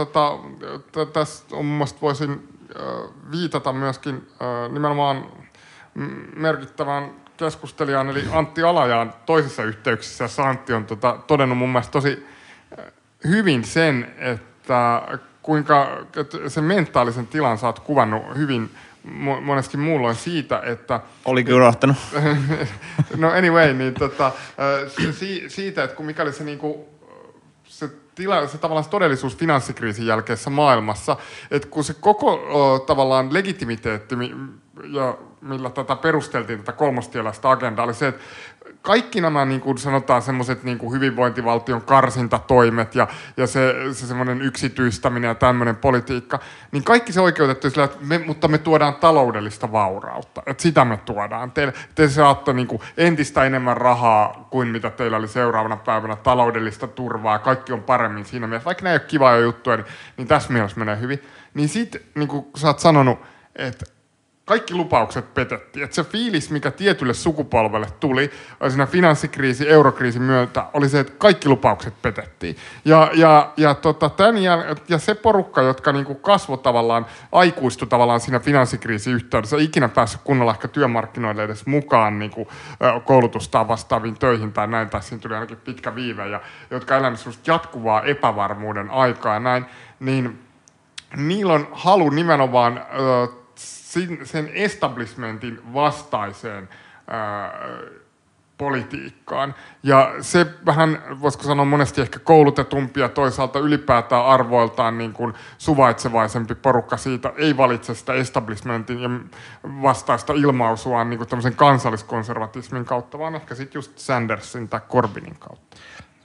tässä mun mielestä voisin viitata myöskin nimenomaan merkittävään keskustelijaan, eli Antti Alajaan toisissa yhteyksissä. Ja Antti on todennut mun mielestä tosi hyvin sen, että kuinka sen mentaalisen tilan sä oot kuvannut hyvin monesti muulloin siitä, että... Olikin unohtanut. No anyway, niin siitä, että kun mikäli se niinku... Se tavallaan se todellisuus finanssikriisin jälkeisessä maailmassa, että kun se koko tavallaan legitimiteetti, ja millä tätä perusteltiin, tätä kolmostieläistä agendaa, oli se, että kaikki nämä, niin kuin sanotaan, semmoiset niin kuin hyvinvointivaltion karsintatoimet ja se semmoinen yksityistäminen ja tämmöinen politiikka, niin kaikki se oikeutettu sillä, että mutta me tuodaan taloudellista vaurautta. Että sitä me tuodaan. Te saatte niin kuin entistä enemmän rahaa kuin mitä teillä oli seuraavana päivänä, taloudellista turvaa, kaikki on paremmin siinä mielessä. Vaikka nämä ei ole kivoja juttuja, niin tässä mielessä menee hyvin. Niin sitten, niin kuin sä oot sanonut, että kaikki lupaukset petettiin. Että se fiilis, mikä tietylle sukupolvelle tuli siinä finanssikriisi, eurokriisin myötä, oli se, että kaikki lupaukset petettiin. Ja se porukka, jotka niinku kasvoi tavallaan, aikuistui tavallaan siinä finanssikriisin yhteydessä, ei ikinä päässyt kunnolla ehkä työmarkkinoille edes mukaan niinku koulutustaan vastaaviin töihin tai näin, tai siinä tuli ainakin pitkä viive, ja jotka elävät jatkuvaa epävarmuuden aikaa ja näin, niin niillä on halu nimenomaan sen establishmentin vastaiseen politiikkaan. Ja se vähän, voisiko sanoa monesti ehkä koulutetumpi ja toisaalta ylipäätään arvoiltaan niin kuin suvaitsevaisempi porukka siitä ei valitse sitä establishmentin ja vastaista ilmaisuaan niin kuin tämmöisen kansalliskonservatismin kautta, vaan ehkä sitten just Sandersin tai Corbynin kautta.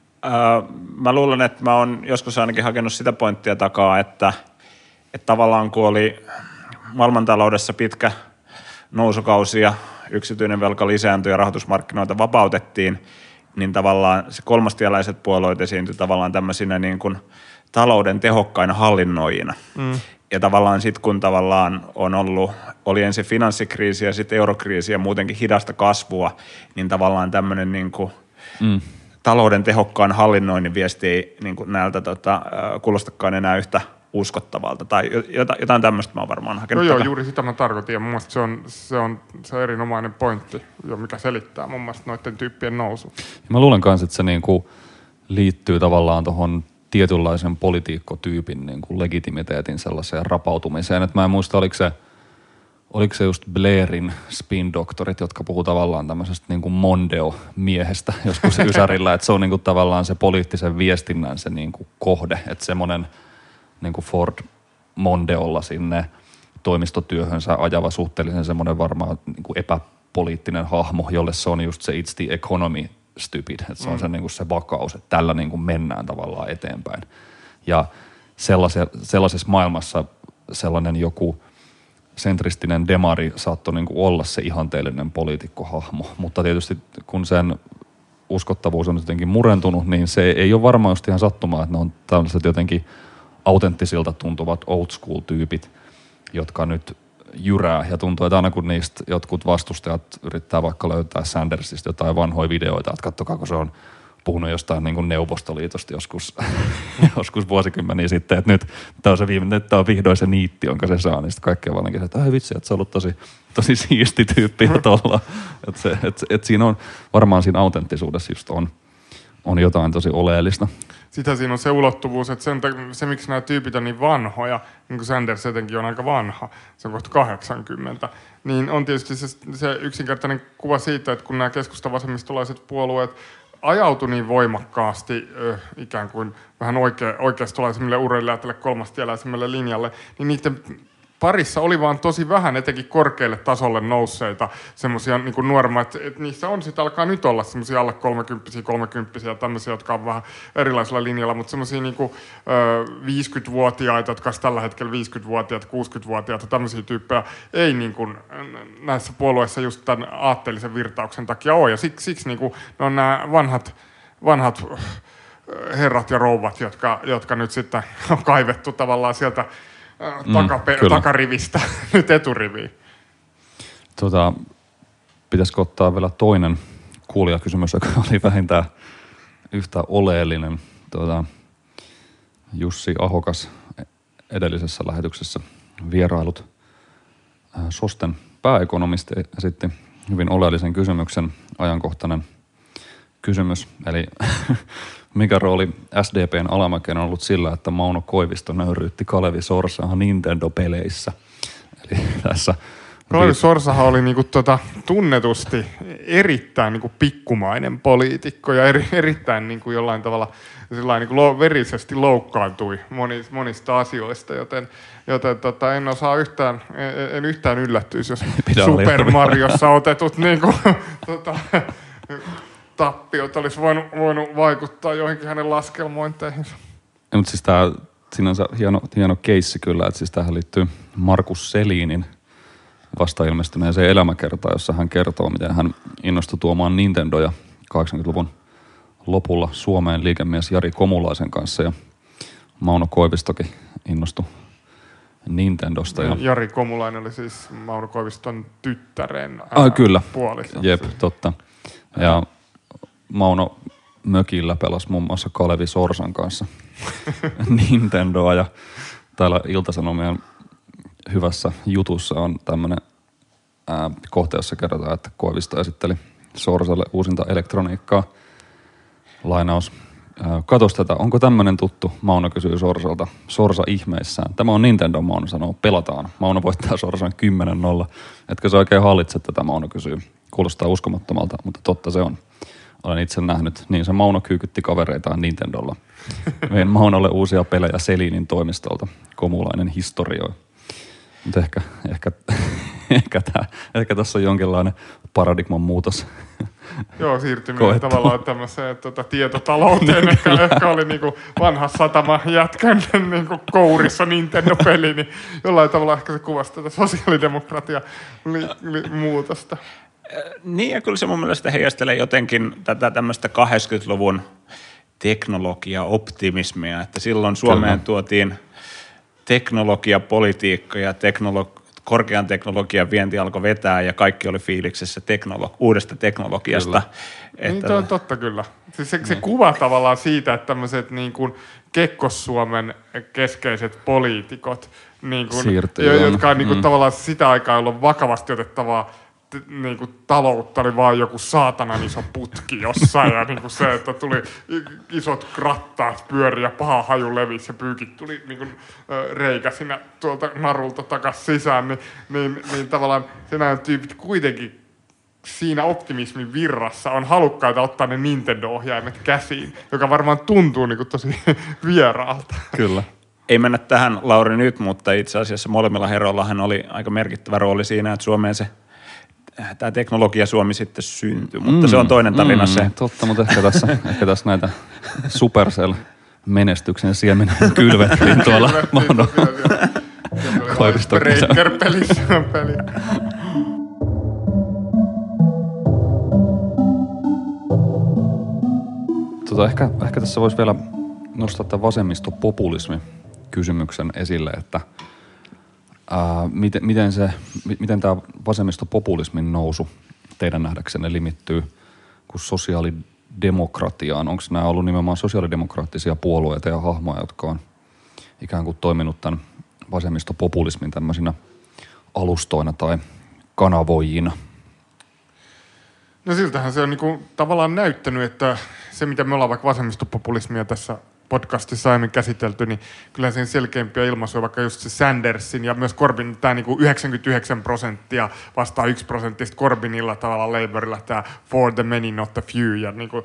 Mä luulen, että mä oon joskus ainakin hakenut sitä pointtia takaa, että tavallaan kun oli maailmantaloudessa pitkä nousukausi ja yksityinen velka lisääntyi ja rahoitusmarkkinoita vapautettiin, niin tavallaan se kolmostieläiset puolueet esiintyi tavallaan tämmöisinä niin kuin talouden tehokkaina hallinnoijina. Ja tavallaan sitten kun tavallaan oli ensin finanssikriisi ja sitten eurokriisi ja muutenkin hidasta kasvua, niin tavallaan tämmöinen niin kuin talouden tehokkaan hallinnoinnin viesti ei niin kuin näiltä kuulostakaan enää yhtä uskottavalta, tai jotain tämmöistä mä oon varmaan hakenut. Joo, juuri sitä mä tarkoitin, ja mun mielestä se on erinomainen pointti, mikä selittää mun mielestä noiden tyyppien nousu. Mä luulen kanssa, että se niinku liittyy tavallaan tuohon tietynlaisen politiikkotyypin niinku legitimiteetin sellaiseen rapautumiseen, että mä en muista, oliko se just Blairin spin-doktorit, jotka puhuu tavallaan tämmöisestä niinku Mondeo-miehestä joskus Ysärillä, että se on niinku tavallaan se poliittisen viestinnän se niinku kohde, että semmoinen niin kuin Ford Mondeolla sinne toimistotyöhönsä ajava suhteellisen semmoinen varmaan niin kuin epäpoliittinen hahmo, jolle se on just se it's the economy stupid, että se on se, niin kuin se vakaus, että tällä niin kuin mennään tavallaan eteenpäin. Ja sellaisessa maailmassa sellainen joku sentristinen demari saattoi niin kuin olla se ihanteellinen poliitikkohahmo, mutta tietysti kun sen uskottavuus on jotenkin murentunut, niin se ei ole varmaan just ihan sattumaa, että ne on tällaiset jotenkin autenttisilta tuntuvat old school tyypit, jotka nyt jyrää ja tuntuu, että aina kun niistä jotkut vastustajat yrittää vaikka löytää Sandersista jotain vanhoja videoita, että katsokaa, kun se on puhunut jostain niin kuin Neuvostoliitosta joskus vuosikymmeniä sitten, että nyt tämä on vihdoin se niitti, jonka se saa, niin sitten kaikki on vallankin, että ai vitsi, että sä oot ollut tosi siisti tyyppi jo tuolla. Että siinä on, varmaan siinä autenttisuudessa just on jotain tosi oleellista. Sitä siinä on se ulottuvuus, että se miksi nämä tyypit on niin vanhoja, niin kuin Sanders jotenkin on aika vanha, se on kohta 80, niin on tietysti se yksinkertainen kuva siitä, että kun nämä keskustavasemmistolaiset puolueet ajautui niin voimakkaasti ikään kuin vähän oikeistolaisemmille urille ja tälle kolmastieläisemmälle linjalle, niin niiden parissa oli vaan tosi vähän etenkin korkealle tasolle nousseita semmoisia niin kuin nuoremmat, että niissä on sitten alkaa nyt olla semmoisia alle 30 tämmöisiä, jotka on vähän erilaisella linjalla, mutta semmoisia niin kuin 50-vuotiaita, jotka on tällä hetkellä 50-vuotiaat, 60-vuotiaita, tämmöisiä tyyppejä ei niin kuin näissä puolueissa just tämän aatteellisen virtauksen takia ole. Ja siksi niin kuin ne on nämä vanhat herrat ja rouvat, jotka nyt sitten on kaivettu tavallaan sieltä takarivistä nyt eturiviin. Pitäisikö ottaa vielä toinen kuulijakysymys, joka oli vähintään yhtä oleellinen. Jussi Ahokas edellisessä lähetyksessä vierailut SOSTEn pääekonomisti esitti hyvin oleellisen kysymyksen, ajankohtainen kysymys. Eli mikä rooli SDPn alamäkeen on ollut sillä, että Mauno Koivisto nöyryytti Kalevi Sorsaa Nintendo-peleissä? Eli tässä Kalevi Sorsahan oli niinku tunnetusti erittäin niinku pikkumainen poliitikko ja erittäin niinku jollain tavalla niinku verisesti loukkaantui monista asioista, joten en osaa en yhtään yllättyisi, jos Super Mariossa otetut niinku, tappiot olisi voinut vaikuttaa joihinkin hänen laskelmointeihinsa. Mutta siis tämä sinänsä hieno keissi kyllä, että siis tähän liittyy Markus Selinin vasta ilmestyneeseen elämäkertaan, jossa hän kertoo, miten hän innostui tuomaan Nintendoja 80-luvun lopulla Suomeen liikemies Jari Komulaisen kanssa ja Mauno Koivistokin innostui Nintendosta. Jari Komulainen oli siis Mauno Koiviston tyttären kyllä. puoliso. Jep, totta. Ja Mauno mökillä pelasi muun muassa Kalevi Sorsan kanssa Nintendoa ja täällä Ilta-Sanomien hyvässä jutussa on tämmöinen kohta, jossa kerrotaan, että Koivisto esitteli Sorsalle uusinta elektroniikkaa. Lainaus. Katos tätä, onko tämmöinen tuttu? Mauno kysyy Sorsalta. Sorsa ihmeissään. Tämä on Nintendo, Mauno sanoo. Pelataan. Mauno voittaa Sorsan 10-0. Etkö sä oikein hallitse tätä, Mauno kysyy. Kuulostaa uskomattomalta, mutta totta se on. Olen itse nähnyt. Niin se Mauno kyykytti kavereitaan Nintendolla. Vein Maunolle uusia pelejä Selinin toimistolta. Komulainen historioi. Mutta ehkä tässä on jonkinlainen paradigman muutos. Joo, siirtyminen tavallaan tämmöiseen tietotalouteen. ehkä oli niinku vanha satama jätkän niinku kourissa Nintendo-peli, niin jollain tavalla ehkä se kuvasi tätä sosiaalidemokratia muutosta. Niin, ja kyllä se mun mielestä heijastelee jotenkin tätä tämmöistä 80-luvun teknologia-optimismia, että silloin Suomeen tuotiin teknologiapolitiikka ja korkean teknologian vienti alkoi vetää ja kaikki oli fiiliksessä uudesta teknologiasta. Niin toi on totta kyllä. Siis se kuva tavallaan siitä, että tämmöiset niin kuin Kekkos-Suomen keskeiset poliitikot, niin kuin, jotka on niin kuin tavallaan sitä aikaa ollut vakavasti otettavaa niin kuin taloutta, oli vaan joku saatanan iso putki jossain ja niin kuin se, että tuli isot krattaat pyöri ja paha haju levisi ja pyykit tuli niin kuin reikä siinä tuolta narulta takas sisään, niin tavallaan nämä tyypit kuitenkin siinä optimismin virrassa on halukkaita ottaa ne Nintendo-ohjaimet käsiin, joka varmaan tuntuu niin kuin tosi vieraalta. Kyllä. Ei mennä tähän, Lauri, nyt, mutta itse asiassa molemmilla herroillahan oli aika merkittävä rooli siinä, että Suomeen tämä teknologia Suomi sitten syntyi, mutta se on toinen tarina se. Totta, mutta ehkä tässä näitä Supercell-menestyksen siemenen kylvettiin tuolla Mauno Koiviston Breaker-pelissä peli. Ehkä tässä voisi vielä nostaa tämän vasemmistopopulismi-kysymyksen esille, että miten tämä vasemmistopopulismin nousu teidän nähdäksenne limittyy, kun demokratiaan? Onko nämä ollut nimenomaan sosiaalidemokraattisia puolueita ja hahmoja, jotka on ikään kuin toiminut tämän vasemmistopopulismin tämmöisinä alustoina tai kanavoijina? No siltähän se on niinku tavallaan näyttänyt, että se mitä me ollaan vaikka vasemmistopopulismia tässä podcastissa aiemmin käsitelty, niin kyllä sen selkeämpiä ilmaisuja, vaikka just se Sandersin ja myös Corbyn, tämä niinku 99% vastaa 1% Corbynilla tavalla Labourilla, tämä for the many, not the few, ja niinku,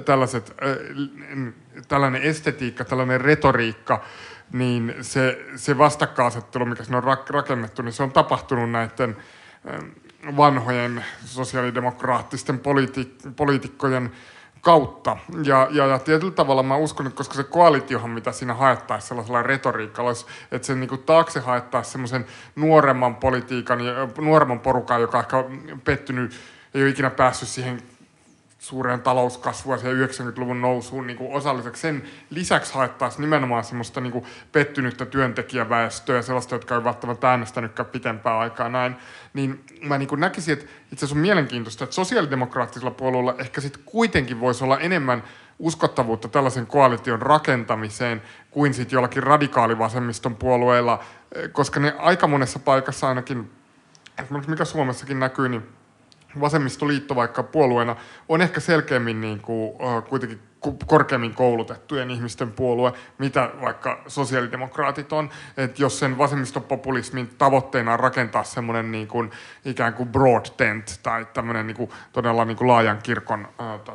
tällainen estetiikka, tällainen retoriikka, niin se vastakkainasettelu, mikä siinä on rakennettu, niin se on tapahtunut näiden vanhojen sosiaalidemokraattisten poliitikkojen kautta. Ja tietyllä tavalla mä uskon, että koska se koalitiohan, mitä siinä haettaisiin sellaisella retoriikalla, että sen niin kuin taakse haettaisiin semmoisen nuoremman politiikan ja nuoremman porukan, joka ehkä pettynyt, ei ole ikinä päässyt siihen suureen talouskasvua ja 90-luvun nousuun niin kuin osalliseksi. Sen lisäksi haettaisiin nimenomaan semmoista niin kuin pettynyttä työntekijäväestöä ja sellaista, jotka ei välttämättä äänestänytkään pitempää aikaa näin. Niin mä niin kuin näkisin, että itse asiassa on mielenkiintoista, että sosiaalidemokraattisella puolueella ehkä sitten kuitenkin voisi olla enemmän uskottavuutta tällaisen koalition rakentamiseen kuin sitten jollakin radikaalivasemmiston puolueilla, koska ne aika monessa paikassa ainakin, mikä Suomessakin näkyy, niin vasemmistoliitto vaikka puolueena on ehkä selkeämmin niin kuin, kuitenkin korkeammin koulutettujen ihmisten puolue, mitä vaikka sosiaalidemokraatit on. Että jos sen vasemmistopopulismin tavoitteena on rakentaa semmoinen niin kuin, ikään kuin broad tent tai tämmöinen niin kuin, todella niin kuin laajan kirkon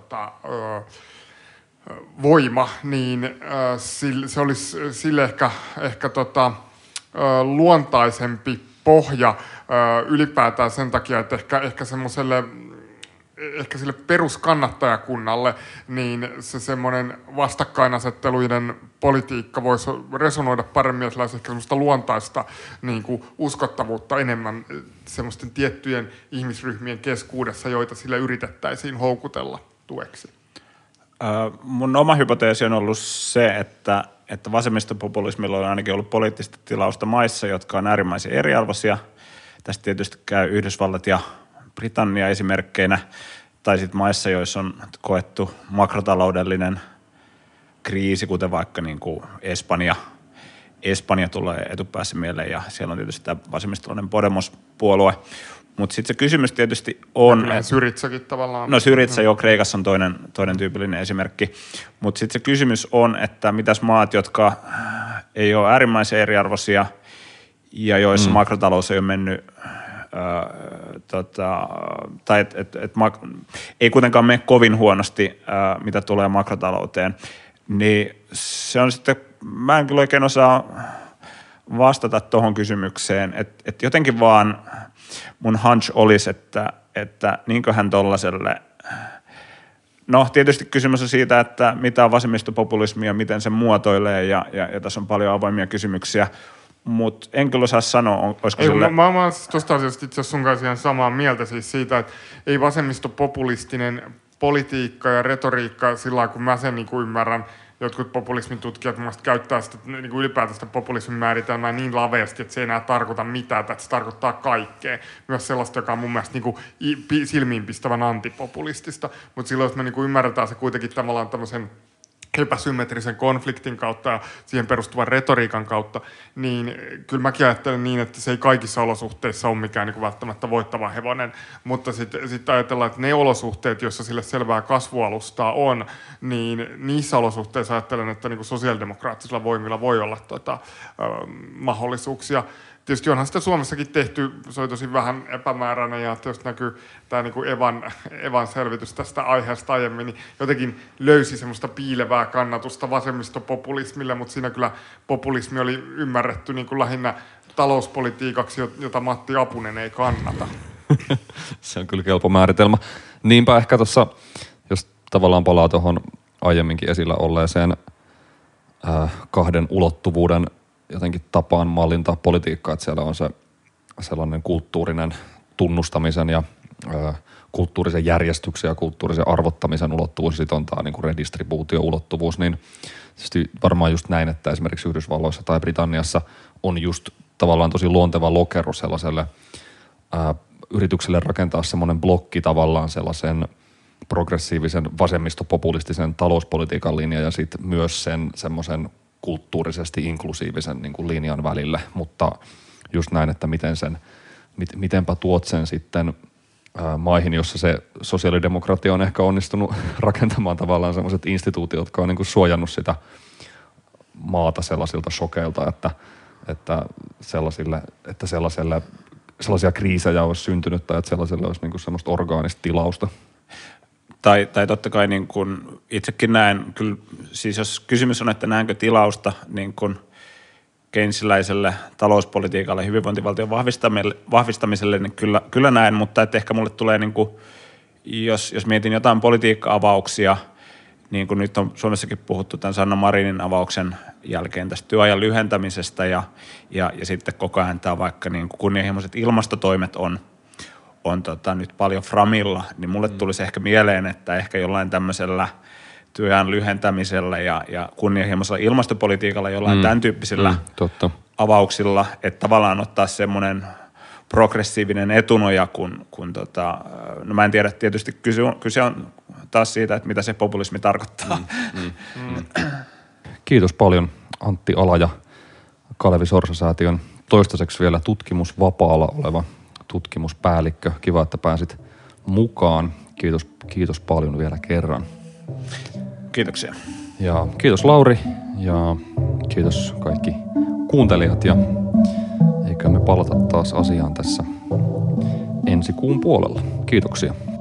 voima, niin se olisi sille ehkä luontaisempi pohja ylipäätään sen takia, että ehkä sille peruskannattajakunnalle niin se semmoinen vastakkainasetteluiden politiikka voisi resonoida paremmin, ja sellaista ehkä semmoista luontaista niin kuin uskottavuutta enemmän semmoisten tiettyjen ihmisryhmien keskuudessa, joita sille yritettäisiin houkutella tueksi. Mun oma hypoteesi on ollut se, että vasemmistopopulismilla on ainakin ollut poliittista tilausta maissa, jotka on äärimmäisen eriarvoisia. Tästä tietysti käy Yhdysvallat ja Britannia esimerkkeinä, tai sitten maissa, joissa on koettu makrotaloudellinen kriisi, kuten vaikka niin kuin Espanja tulee etupäässä mieleen, ja siellä on tietysti tämä vasemmistolainen Podemos-puolue. Mutta sitten se kysymys tietysti on... Ja Syritsäkin tavallaan. No Syriza jo, Kreikassa on toinen tyypillinen esimerkki. Mutta sitten se kysymys on, että mitäs maat, jotka ei ole äärimmäisen eriarvoisia ja joissa makrotalous ei ole mennyt, ei kuitenkaan mene kovin huonosti, mitä tulee makrotalouteen, niin se on sitten, mä en kyllä oikein osaa vastata tuohon kysymykseen, että jotenkin vaan mun hunch olisi, että niinköhän tollaselle, no tietysti kysymys on siitä, että mitä on vasemmistopopulismi ja miten se muotoilee ja tässä on paljon avoimia kysymyksiä, mutta en kyllä osaa sanoa, olisiko sille... Mä oon tuosta asiasta itse asiassa sun kanssa ihan samaa mieltä siis siitä, että ei vasemmistopopulistinen politiikka ja retoriikka sillä lailla, kun mä sen niin kuin ymmärrän, jotkut populismin tutkijat mun mielestä käyttää sitä, niin kuin ylipäätään sitä populismin määritelmää niin laveasti, että se ei enää tarkoita mitään, että se tarkoittaa kaikkea. Myös sellaista, joka on mun mielestä niin kuin silmiinpistävän antipopulistista. Mutta silloin, jos me niin kuin ymmärretään se kuitenkin tavallaan tämmöisen epäsymmetrisen konfliktin kautta ja siihen perustuvan retoriikan kautta, niin kyllä mäkin ajattelen niin, että se ei kaikissa olosuhteissa ole mikään niin kuin välttämättä voittava hevonen, mutta sitten ajatellaan, että ne olosuhteet, joissa sille selvää kasvualustaa on, niin niissä olosuhteissa ajattelen, että niin kuin sosiaalidemokraattisilla voimilla voi olla mahdollisuuksia. Tietysti onhan sitä Suomessakin tehty, se oli tosi vähän epämääräinen ja tietysti näkyy tämä niin kuin Evan selvitys tästä aiheesta aiemmin, niin jotenkin löysi semmoista piilevää kannatusta vasemmistopopulismille, mutta siinä kyllä populismi oli ymmärretty niin kuin lähinnä talouspolitiikaksi, jota Matti Apunen ei kannata. Se on kyllä kelpo määritelmä. Niinpä ehkä tuossa, jos tavallaan palaa tuohon aiemminkin esillä olleeseen kahden ulottuvuuden jotenkin tapaan mallintaa politiikkaa, että siellä on se sellainen kulttuurinen tunnustamisen ja kulttuurisen järjestyksen ja kulttuurisen arvottamisen ulottuvuus, sitten on tämä niin kuin redistribuutio-ulottuvuus, niin varmaan just näin, että esimerkiksi Yhdysvalloissa tai Britanniassa on just tavallaan tosi luonteva lokero sellaiselle yritykselle rakentaa semmoinen blokki tavallaan sellaisen progressiivisen vasemmistopopulistisen talouspolitiikan linja ja sitten myös sen semmoisen kulttuurisesti inklusiivisen niin kuin linjan välille, mutta just näin, että mitenpä tuot sen sitten maihin, jossa se sosiaalidemokratia on ehkä onnistunut rakentamaan tavallaan sellaiset instituutiot, jotka on niin kuin suojannut sitä maata sellaisilta shokeilta, että sellaisia kriisejä olisi syntynyt tai että sellaiselle olisi niin kuin semmoista orgaanista tilausta. Tai totta kai niin kuin itsekin näen, kyllä, siis jos kysymys on, että näenkö tilausta niin kuin keynesiläiselle talouspolitiikalle, hyvinvointivaltion vahvistamiselle, niin kyllä näen, mutta että ehkä mulle tulee, niin kuin, jos mietin jotain politiikka-avauksia, niin kuin nyt on Suomessakin puhuttu tämän Sanna Marinin avauksen jälkeen tästä työajan lyhentämisestä ja sitten koko ajan tämä vaikka niin kuin kunnianhimoiset ilmastotoimet on nyt paljon framilla, niin mulle tulisi ehkä mieleen, että ehkä jollain tämmöisellä työajan lyhentämisellä ja kunnianhimoisella ilmastopolitiikalla, jollain tämän tyyppisillä avauksilla, että tavallaan ottaa semmoinen progressiivinen etunoja, no mä en tiedä, tietysti kyse on taas siitä, että mitä se populismi tarkoittaa. Kiitos paljon Antti Ala ja Kalevi Sorsa-säätiön toistaiseksi vielä tutkimusvapaalla oleva tutkimuspäällikkö. Kiva, että pääsit mukaan. Kiitos paljon vielä kerran. Kiitoksia. Ja kiitos Lauri ja kiitos kaikki kuuntelijat ja eikä me palata taas asiaan tässä ensi kuun puolella. Kiitoksia.